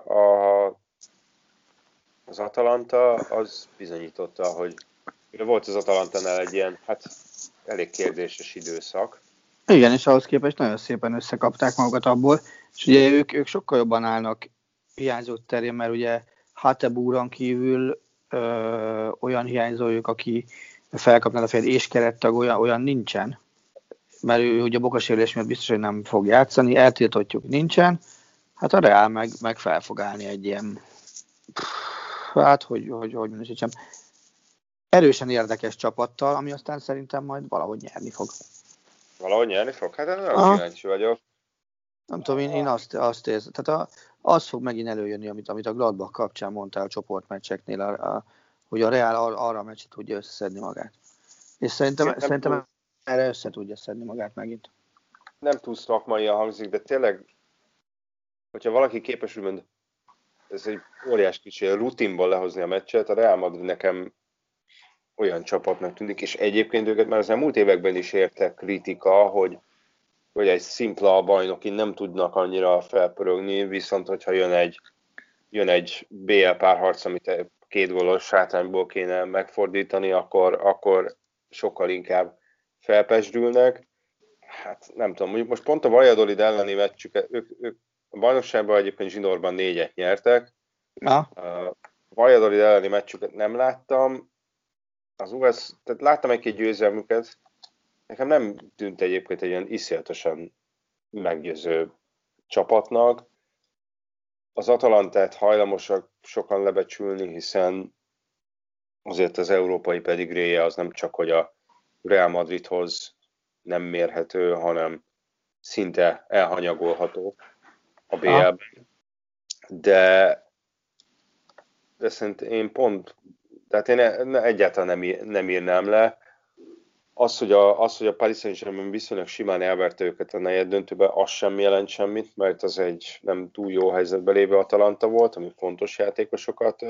az Atalanta az bizonyította, hogy volt az Atalantánál egy ilyen, hát elég kérdéses időszak. Igen, és ahhoz képest nagyon szépen összekapták magukat abból, és ugye ők sokkal jobban állnak hiányzók terén, mert ugye Hatebúron kívül olyan hiányzójuk, aki felkapná a fejét, és kerettag olyan nincsen, mert ő ugye bokasérülés miatt biztos, hogy nem fog játszani, eltiltotjuk, nincsen, hát a Real meg fel fog állni egy ilyen, hát hogy mondjam, erősen érdekes csapattal, ami aztán szerintem majd valahogy nyerni fog. Valahogy nyerni fog? Hát nagyon kíváncsi vagyok. Nem tudom, én azt érzem. Tehát az fog megint előjönni, amit a Gladbach kapcsán mondtál a csoportmeccseknél, hogy a Real arra a meccset tudja összeszedni magát. És szerintem erre össze tudja szedni magát megint. Nem túl szakmaian hangzik, de tényleg, hogyha valaki képes úgymond, ez egy óriás kicsi rutinból lehozni a meccset, a Real Madrid nekem olyan csapatnak tűnik, és egyébként őket már az elmúlt években is érte kritika, hogy egy szimpla bajnokin nem tudnak annyira felpörögni, viszont hogyha jön egy BL párharc, amit 2 gólos hátrányból kéne megfordítani, akkor sokkal inkább felpesdülnek. Hát nem tudom, mondjuk most pont a Valladolid elleni meccsük, ők a bajnokságban egyébként zsinórban 4-et nyertek. Valladolid elleni meccsüket nem láttam. Az US, tehát láttam egy-két győzelmüket. Nekem nem tűnt egyébként egy olyan iszonyatosan meggyőző csapatnak. Az Atalantát hajlamosak sokan lebecsülni, hiszen azért az európai pedigréje az nem csak, hogy a Real Madridhoz nem mérhető, hanem szinte elhanyagolható a BL-ben. De szerintem én tehát én egyáltalán nem írnám le. Az, hogy a Paris Saint-Germain viszonylag simán elverte őket a negyed döntőben, az sem jelent semmit, mert az egy nem túl jó helyzetben lévő Atalanta volt, ami fontos játékosokat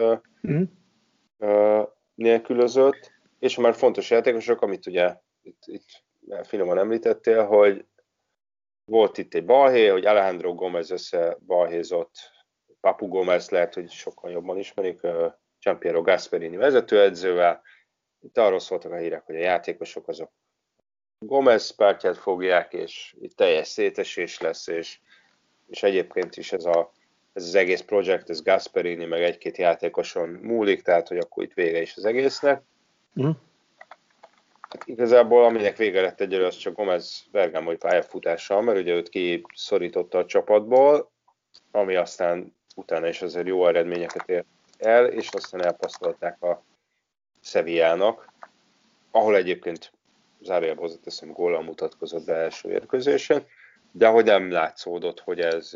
nélkülözött, és már fontos játékosok, amit ugye itt finoman említettél, hogy volt itt egy balhé, hogy Alejandro Gómez összebalhézott, Papu Gómez lehet, hogy sokkal jobban ismerik, Gianpiero Gasperini vezetőedzővel. Itt arról szóltak a hírek, hogy a játékosok azok Gómez pártját fogják, és itt teljes szétesés lesz, és egyébként is ez az egész projekt, ez Gasperini meg egy-két játékoson múlik, tehát hogy akkor itt vége is az egésznek. Hát igazából aminek vége lett egyelőre, az csak Gómez bergámói pályafutással, mert ugye őt kiszorította a csapatból, ami aztán utána is azért jó eredményeket ért el, és aztán elpasszolták a Sevillának, ahol egyébként zárójelben hozzáteszem, góllal mutatkozott be első érkezésen, de hogy nem látszódott, hogy ez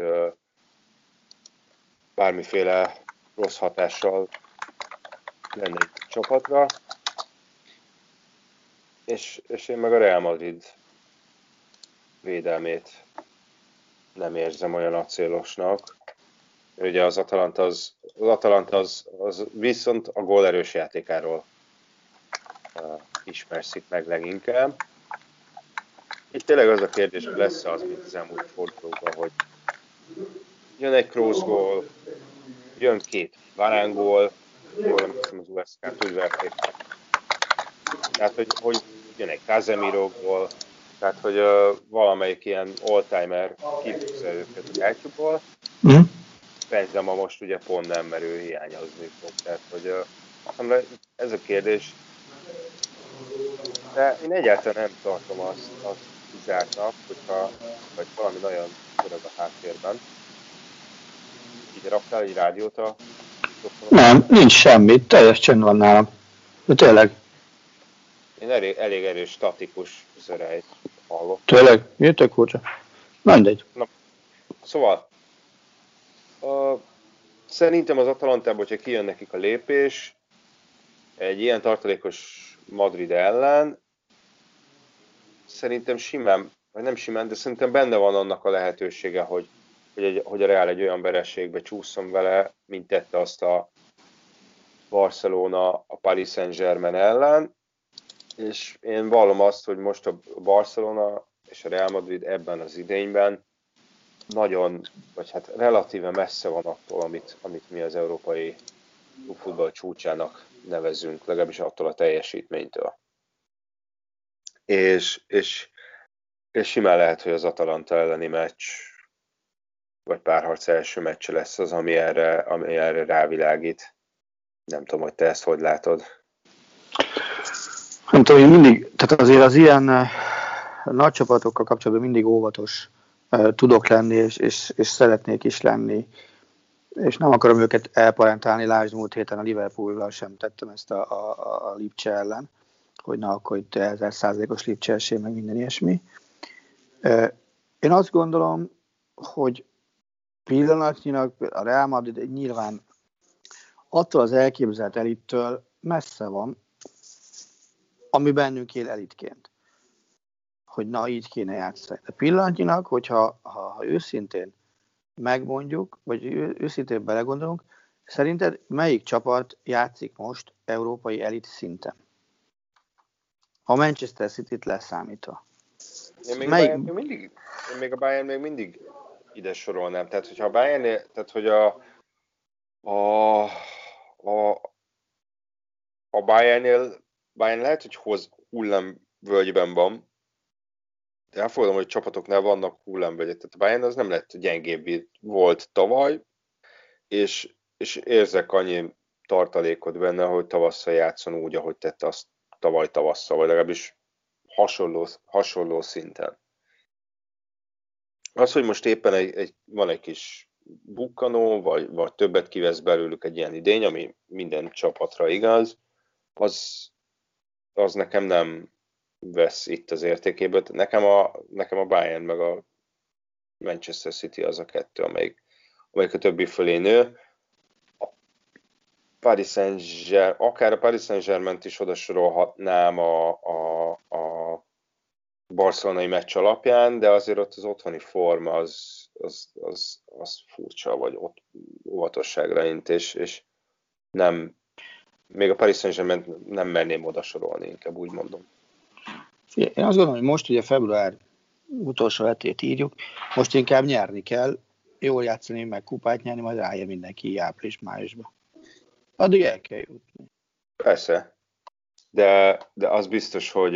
bármiféle rossz hatással lenne egy csapatra. És én meg a Real Madrid védelmét nem érzem olyan acélosnak. Ugye az Atalanta az viszont a gólerős játékáról ismerszik meg leginkább. Itt tényleg az a kérdés, hogy lesz az, mint az elmúlt fordulóban, hogy jön egy Kroos gól, jön 2 Varane-gól, jól emlékszem az USK-t úgy verték. Tehát, hogy jön egy Casemiro-gól, tehát, hogy valamelyik ilyen oldtimer kihúzza őket a gátyúból. Benzema most ugye pont nem, mert ő hiányozni fog. Tehát, hogy ez a kérdés. De én egyáltalán nem tartom azt kizártnak, hogyha vagy valami nagyon öreg a háttérben. Így raktál egy rádiót a mikrofonon? Nem, nincs semmi, teljes csend van nálam. De tényleg. Én elég erős, statikus zörejt hallok. Tényleg? Jöttök furcsa? Mindegy. Szóval, szerintem az Atalantában, hogyha kijön nekik a lépés, egy ilyen tartalékos Madrid ellen, szerintem simán, vagy nem simán, de szerintem benne van annak a lehetősége, hogy a Real egy olyan vereségbe csúszson vele, mint tette azt a Barcelona a Paris Saint-Germain ellen, és én vallom azt, hogy most a Barcelona és a Real Madrid ebben az idényben nagyon, vagy hát relatíve messze van attól, amit mi az európai futball csúcsának nevezünk, legalábbis attól a teljesítménytől. És simán lehet, hogy az Atalanta elleni meccs, vagy párharc első meccse lesz az, ami erre rávilágít. Nem tudom, hogy te ezt hogy látod. Nem tudom, én mindig, tehát azért az ilyen nagy csapatokkal kapcsolatban mindig óvatos tudok lenni, és szeretnék is lenni. És nem akarom őket elparentálni, lásd, múlt héten a Liverpool-val sem tettem ezt a Lipcse ellen, hogy na, akkor itt 1000%-os Lipcse esély, meg minden ilyesmi. Én azt gondolom, hogy pillanatnyilag a Real Madrid nyilván attól az elképzelt elittől messze van, ami bennünk él elitként. Hogy na, így kéne játszani. De pillanatnyilag, hogyha őszintén megmondjuk, vagy őszintén belegondolunk, szerinted melyik csapat játszik most európai elit szinten? A Manchester City-t leszámítva. Én még a Bayern még mindig ide sorolnám. Tehát, hogyha a Bayern, tehát, hogy a Bayern lehet, hogy hullámvölgyben van, de elfogadom, hogy csapatoknál vannak hullámvölgyek. Tehát a Bayern az nem lett gyengébb volt tavaly, és érzek annyi tartalékot benne, hogy tavasszal játszon úgy, ahogy tette azt tavaly tavasszal, vagy legalábbis hasonló szinten. Az, hogy most éppen van egy kis bukkanó, vagy többet kivesz belőlük egy ilyen idény, ami minden csapatra igaz, az nekem nem vesz itt az értékéből. Nekem a Bayern meg a Manchester City az a kettő, amelyik a többi fölé nő. Akár a Paris Saint-Germaint is oda sorolhatnám a barcelonai meccs alapján, de azért ott az otthoni forma az furcsa, vagy ott óvatosságra int, és nem, még a Paris Saint-Germaint nem merném oda sorolni, inkább úgy mondom. Én azt gondolom, hogy most ugye február utolsó hetét írjuk, most inkább nyerni kell, jól játszani, meg kupát nyerni, majd rájön mindenki április-májusban. Addig el kell jutni. Persze, de az biztos, hogy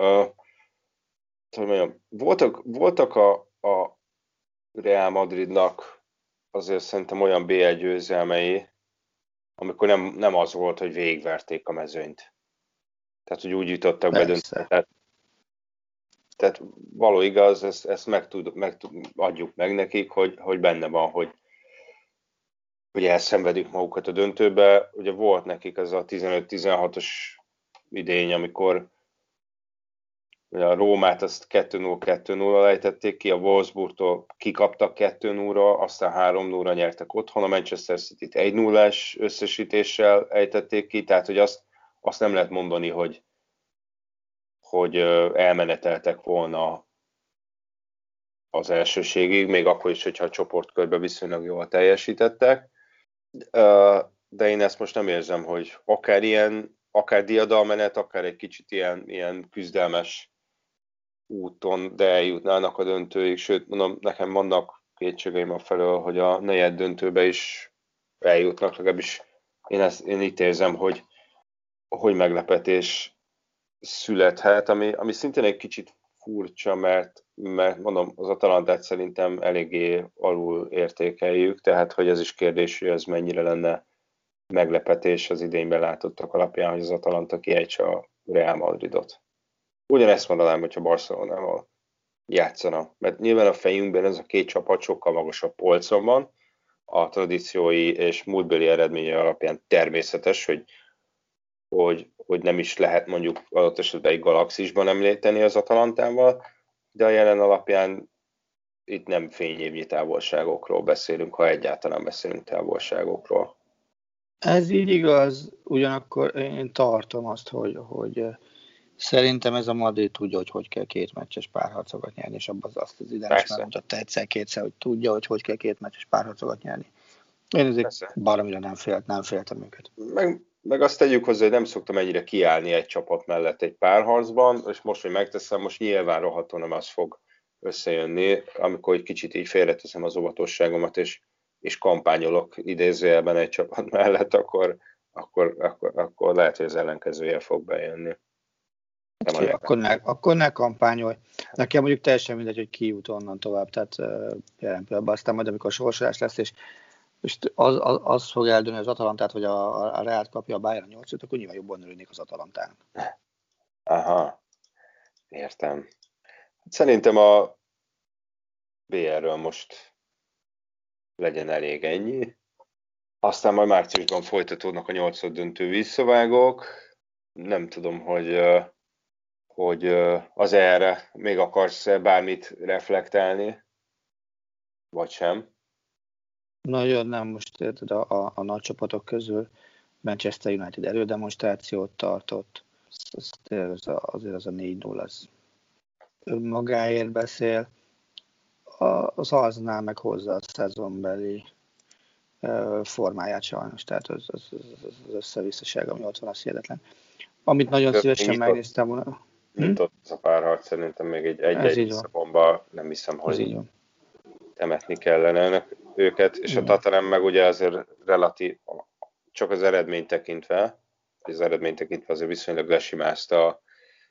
voltak a Real Madridnak azért szerintem olyan BL győzelmei, amikor nem az volt, hogy végigverték a mezőnyt. Tehát, hogy úgy jutottak be döntőbe. Tehát való igaz, ezt adjuk meg nekik, hogy benne van, hogy elszenvedik magukat a döntőbe. Ugye volt nekik ez a 15-16-os idény, amikor a Rómát azt 2-0 lejtették ki, a Wolfsburgtól kikaptak 2-0-ra, aztán 3-0-ra nyertek otthon, a Manchester City-t 1-0-es összesítéssel ejtették ki, tehát hogy azt nem lehet mondani, hogy elmeneteltek volna az elsőségig, még akkor is, hogyha a csoportkörben viszonylag jól teljesítettek. De én ezt most nem érzem, hogy akár diadalmenet, akár egy kicsit ilyen küzdelmes úton, de eljutnának a döntőig. Sőt, mondom, nekem vannak kétségeim afelől, hogy a negyed döntőbe is eljutnak, legalábbis én itt érzem, hogy meglepetés születhet, ami szintén egy kicsit furcsa, mert mondom, az Atalantát szerintem eléggé alul értékeljük, tehát hogy ez is kérdés, hogy ez mennyire lenne meglepetés az idényben látottak alapján, hogy az Atalanta kiejtse a Real Madridot. Ugyanezt mondanám, hogyha Barcelonával játszana, mert nyilván a fejünkben ez a két csapat sokkal magasabb polcon van, a tradíciói és múltbeli eredménye alapján természetes, hogy nem is lehet mondjuk adott esetben egy galaxisban említeni az Atalantával, de a jelen alapján itt nem fényévnyi távolságokról beszélünk, ha egyáltalán beszélünk távolságokról. Ez így igaz, ugyanakkor én tartom azt, hogy szerintem ez a Madrid tudja, hogy kell két meccses párharcokat nyerni, és abban azt az Zidane is már mutatta egyszer-kétszer, hogy tudja, hogy kell két meccses párharcokat nyerni. Én ezért baromira nem féltem őket. Meg azt tegyük hozzá, hogy nem szoktam ennyire kiállni egy csapat mellett egy párharcban, és most, hogy megteszem, most nyilván rohadtul nem az fog összejönni, amikor egy kicsit így félreteszem az óvatosságomat, és kampányolok idézőjelben egy csapat mellett, akkor lehet, hogy az ellenkezője fog bejönni. Akkor ne kampányolj. Nekem mondjuk teljesen mindegy, hogy ki jut onnan tovább, tehát jelen pillanatban aztán majd, amikor sorsolás lesz, és az fog eldőlni az Atalantát, hogy a Reált kapja a Bayern 8-ot, akkor nyilván jobban örülnék az Atalantának. Aha, értem. Szerintem a BR-ről most legyen elég ennyi. Aztán majd márciusban folytatódnak a 8. döntő visszavágók. Nem tudom, hogy az erre még akarsz bármit reflektálni, vagy sem. Nagyon nem, most érted, a nagy csapatok közül Manchester United erődemonstrációt tartott, azért az a 4-0 az önmagáért beszél. Az Arsenal meg hozzá a szezonbeli formáját sajnos, tehát az összevisszaság, ami ott van, az hihetetlen. Amit nagyon szívesen megnéztem volna. Nyitott az a párharc, szerintem még egy Lisszabonban nem hiszem, hogy temetni kellene őket, és a Tottenham meg ugye azért relatív, csak az eredményt tekintve azért viszonylag lesimázta a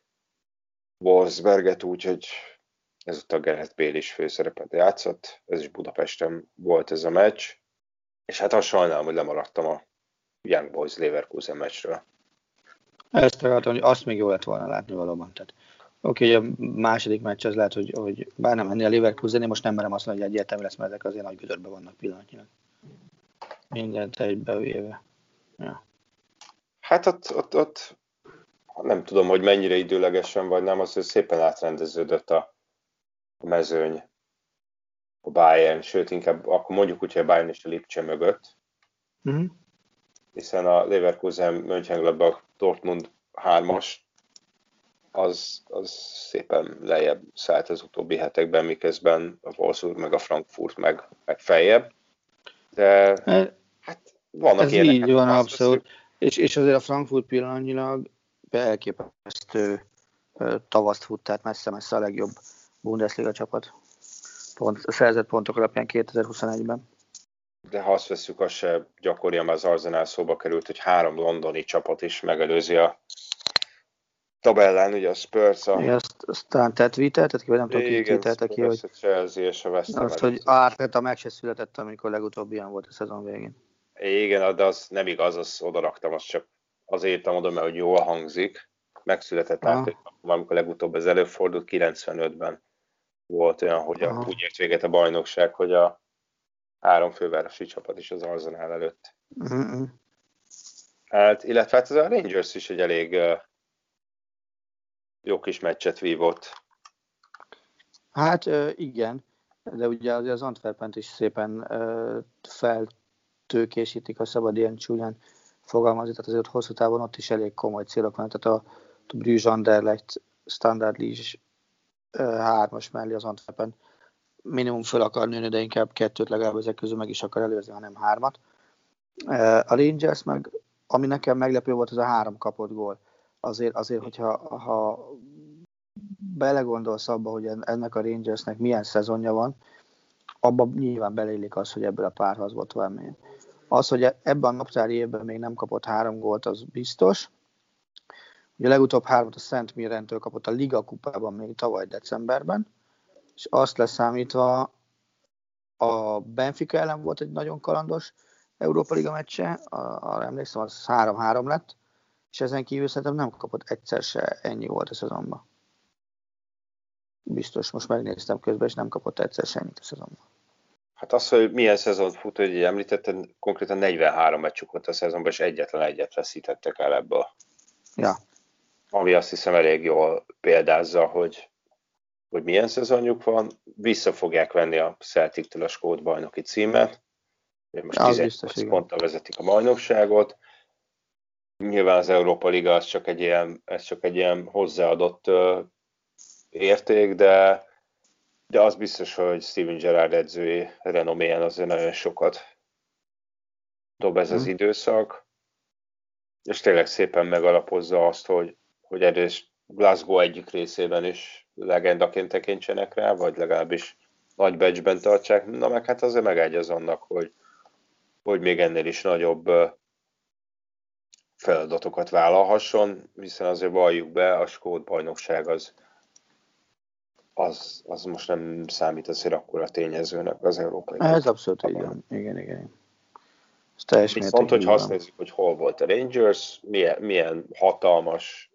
Wolfsberget, úgyhogy ezúttal Gareth Bale is főszerepet játszott, ez is Budapesten volt ez a meccs, és hát azt sajnálom, hogy lemaradtam a Young Boys Leverkusen meccsről. Ezt akartam, hogy azt még jó lett volna látni valóban. Tehát oké, a második meccs az lehet, hogy bár nem ennél a Leverkusen, én most nem merem azt mondani, hogy egyértelmű lesz, mert ezek azért nagy gödörben vannak pillanatnyilag. Mindent egybevéve. Ja. Hát ott nem tudom, hogy mennyire időlegesen vagy nem, az, hogy szépen átrendeződött a mezőny, a Bayern, sőt inkább akkor mondjuk úgy, hogy a Bayern és a Lipcse mögött. Hiszen a Leverkusen Mönchengladbach Dortmund 3-as az szépen lejjebb szállt az utóbbi hetekben, miközben a Wolfsburg meg a Frankfurt meg feljebb. De hát vannak ez ilyenek. Így van, abszolút. És azért a Frankfurt pillanatnyilag elképesztő tavaszt fut, tehát messze-messze a legjobb Bundesliga csapat. Szerzett pontok alapján 2021-ben. De ha azt veszük, az se gyakorian, már az Arsenal szóba került, hogy 3 londoni csapat is megelőzi a tabellán, ugye a Spurs aztán te tweetelted ki, vagy nem tudom, ki tweetelte ki, hogy a Chelsea és a West Ham. Azt, hogy Arteta meg se született, amikor legutóbb ilyen volt a szezon végén. Igen, de az nem igaz, azt odaraktam, azt csak azért írtam oda, mert hogy jól hangzik. Megszületett Arteta, amikor legutóbb ez előfordult, 95-ben volt olyan, hogy úgy ért véget a bajnokság, hogy a 3 fővárosi csapat is az Arsenal előtt. Hát, illetve hát ez a Rangers is egy elég jó kis meccset vívott. Hát igen, de ugye az Antwerpent is szépen feltőkésítik, a szabad ilyen csúnyán fogalmazni, tehát azért hosszú távon ott is elég komoly célok van, tehát a Bruges Anderlecht Standard Liège 3-as mellé az Antwerpen minimum föl akar nőni, de inkább 2-t legalább ezek közül meg is akar előzni, hanem 3-at. A Rangers meg, ami nekem meglepő volt, az a 3 kapott gól. Azért hogyha belegondolsz abba, hogy ennek a Rangersnek milyen szezonja van, abban nyilván beleillik az, hogy ebből a párharcból tovább menjen. Az, hogy ebben a naptári évben még nem kapott 3 gólt, az biztos. Ugye a legutóbb 3-at a Szent Mirrentől kapott a Liga kupában még tavaly decemberben, és azt leszámítva a Benfica ellen volt egy nagyon kalandos Európa Liga meccse, arra emlékszem, az 3-3 lett, és ezen kívül szerintem nem kapott egyszer se ennyi volt a szezonban. Biztos, most megnéztem közben, és nem kapott egyszer se ennyit a szezonban. Hát az, hogy milyen szezont fut, hogy említetted, konkrétan 43 meccsük volt a szezonban, és egyetlen egyet veszítettek el ebből. Ja. Ami azt hiszem elég jól példázza, hogy milyen szezonjuk van. Vissza fogják venni a Celtic-től a skót bajnoki címet. Most 18 ponttal vezetik a bajnokságot. Nyilván az Európa Liga ez csak egy ilyen hozzáadott érték, de az biztos, hogy Steven Gerrard edzői renoméján azért nagyon sokat dob ez az időszak, és tényleg szépen megalapozza azt, hogy egyrészt Glasgow egyik részében is legendaként tekintsenek rá, vagy legalábbis nagy becsben tartsák, na meg hát azért megegyez annak, hogy még ennél is nagyobb feladatokat vállalhasson, hiszen azért valljuk be, a skót bajnokság az most nem számít azért akkora tényezőnek az európai. Ez abszolút így van. Igen. Viszont, hogyha azt nézzük, hogy hol volt a Rangers, milyen hatalmas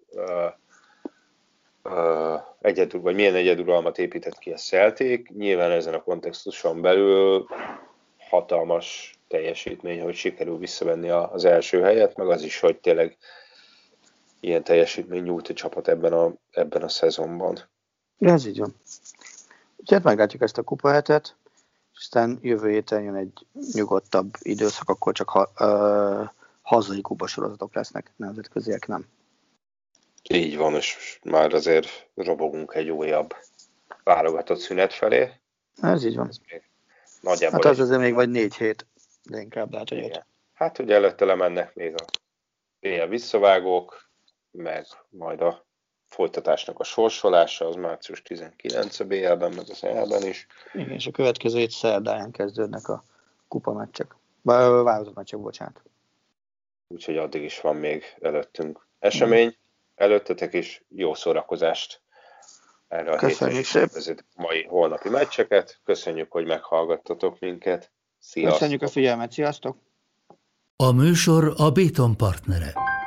milyen egyeduralmat épített ki a Celtic, nyilván ezen a kontextuson belül hatalmas teljesítmény, hogy sikerül visszavenni az első helyet, meg az is, hogy tényleg ilyen teljesítmény nyújt a csapat ebben a szezonban. Ez így van. Úgyhogy meglátjuk ezt a kupahetet, és aztán jövő héten jön egy nyugodtabb időszak, akkor csak hazai kupasorozatok lesznek, nemzetköziek nem. Így van, és már azért robogunk egy újabb válogatott szünet felé. Ez így van. Nagyjából hát az azért még vagy 4 hét, de inkább lehet, hogy 5. Hát ugye előtte lemennek még a BL visszavágók, meg majd a folytatásnak a sorsolása, az március 19 a BL-ben, meg az EL-ben is. Igen, és a következő hét szerdáján kezdődnek a kupameccsek. Válogatott meccsek, bocsánat. Úgyhogy addig is van még előttünk esemény. Előttetek is jó szórakozást erre a hétre mai holnapi meccseket. Köszönjük, hogy meghallgattatok minket. Sziasztok! Köszönjük a figyelmet, sziasztok! A műsor a Béton partnere.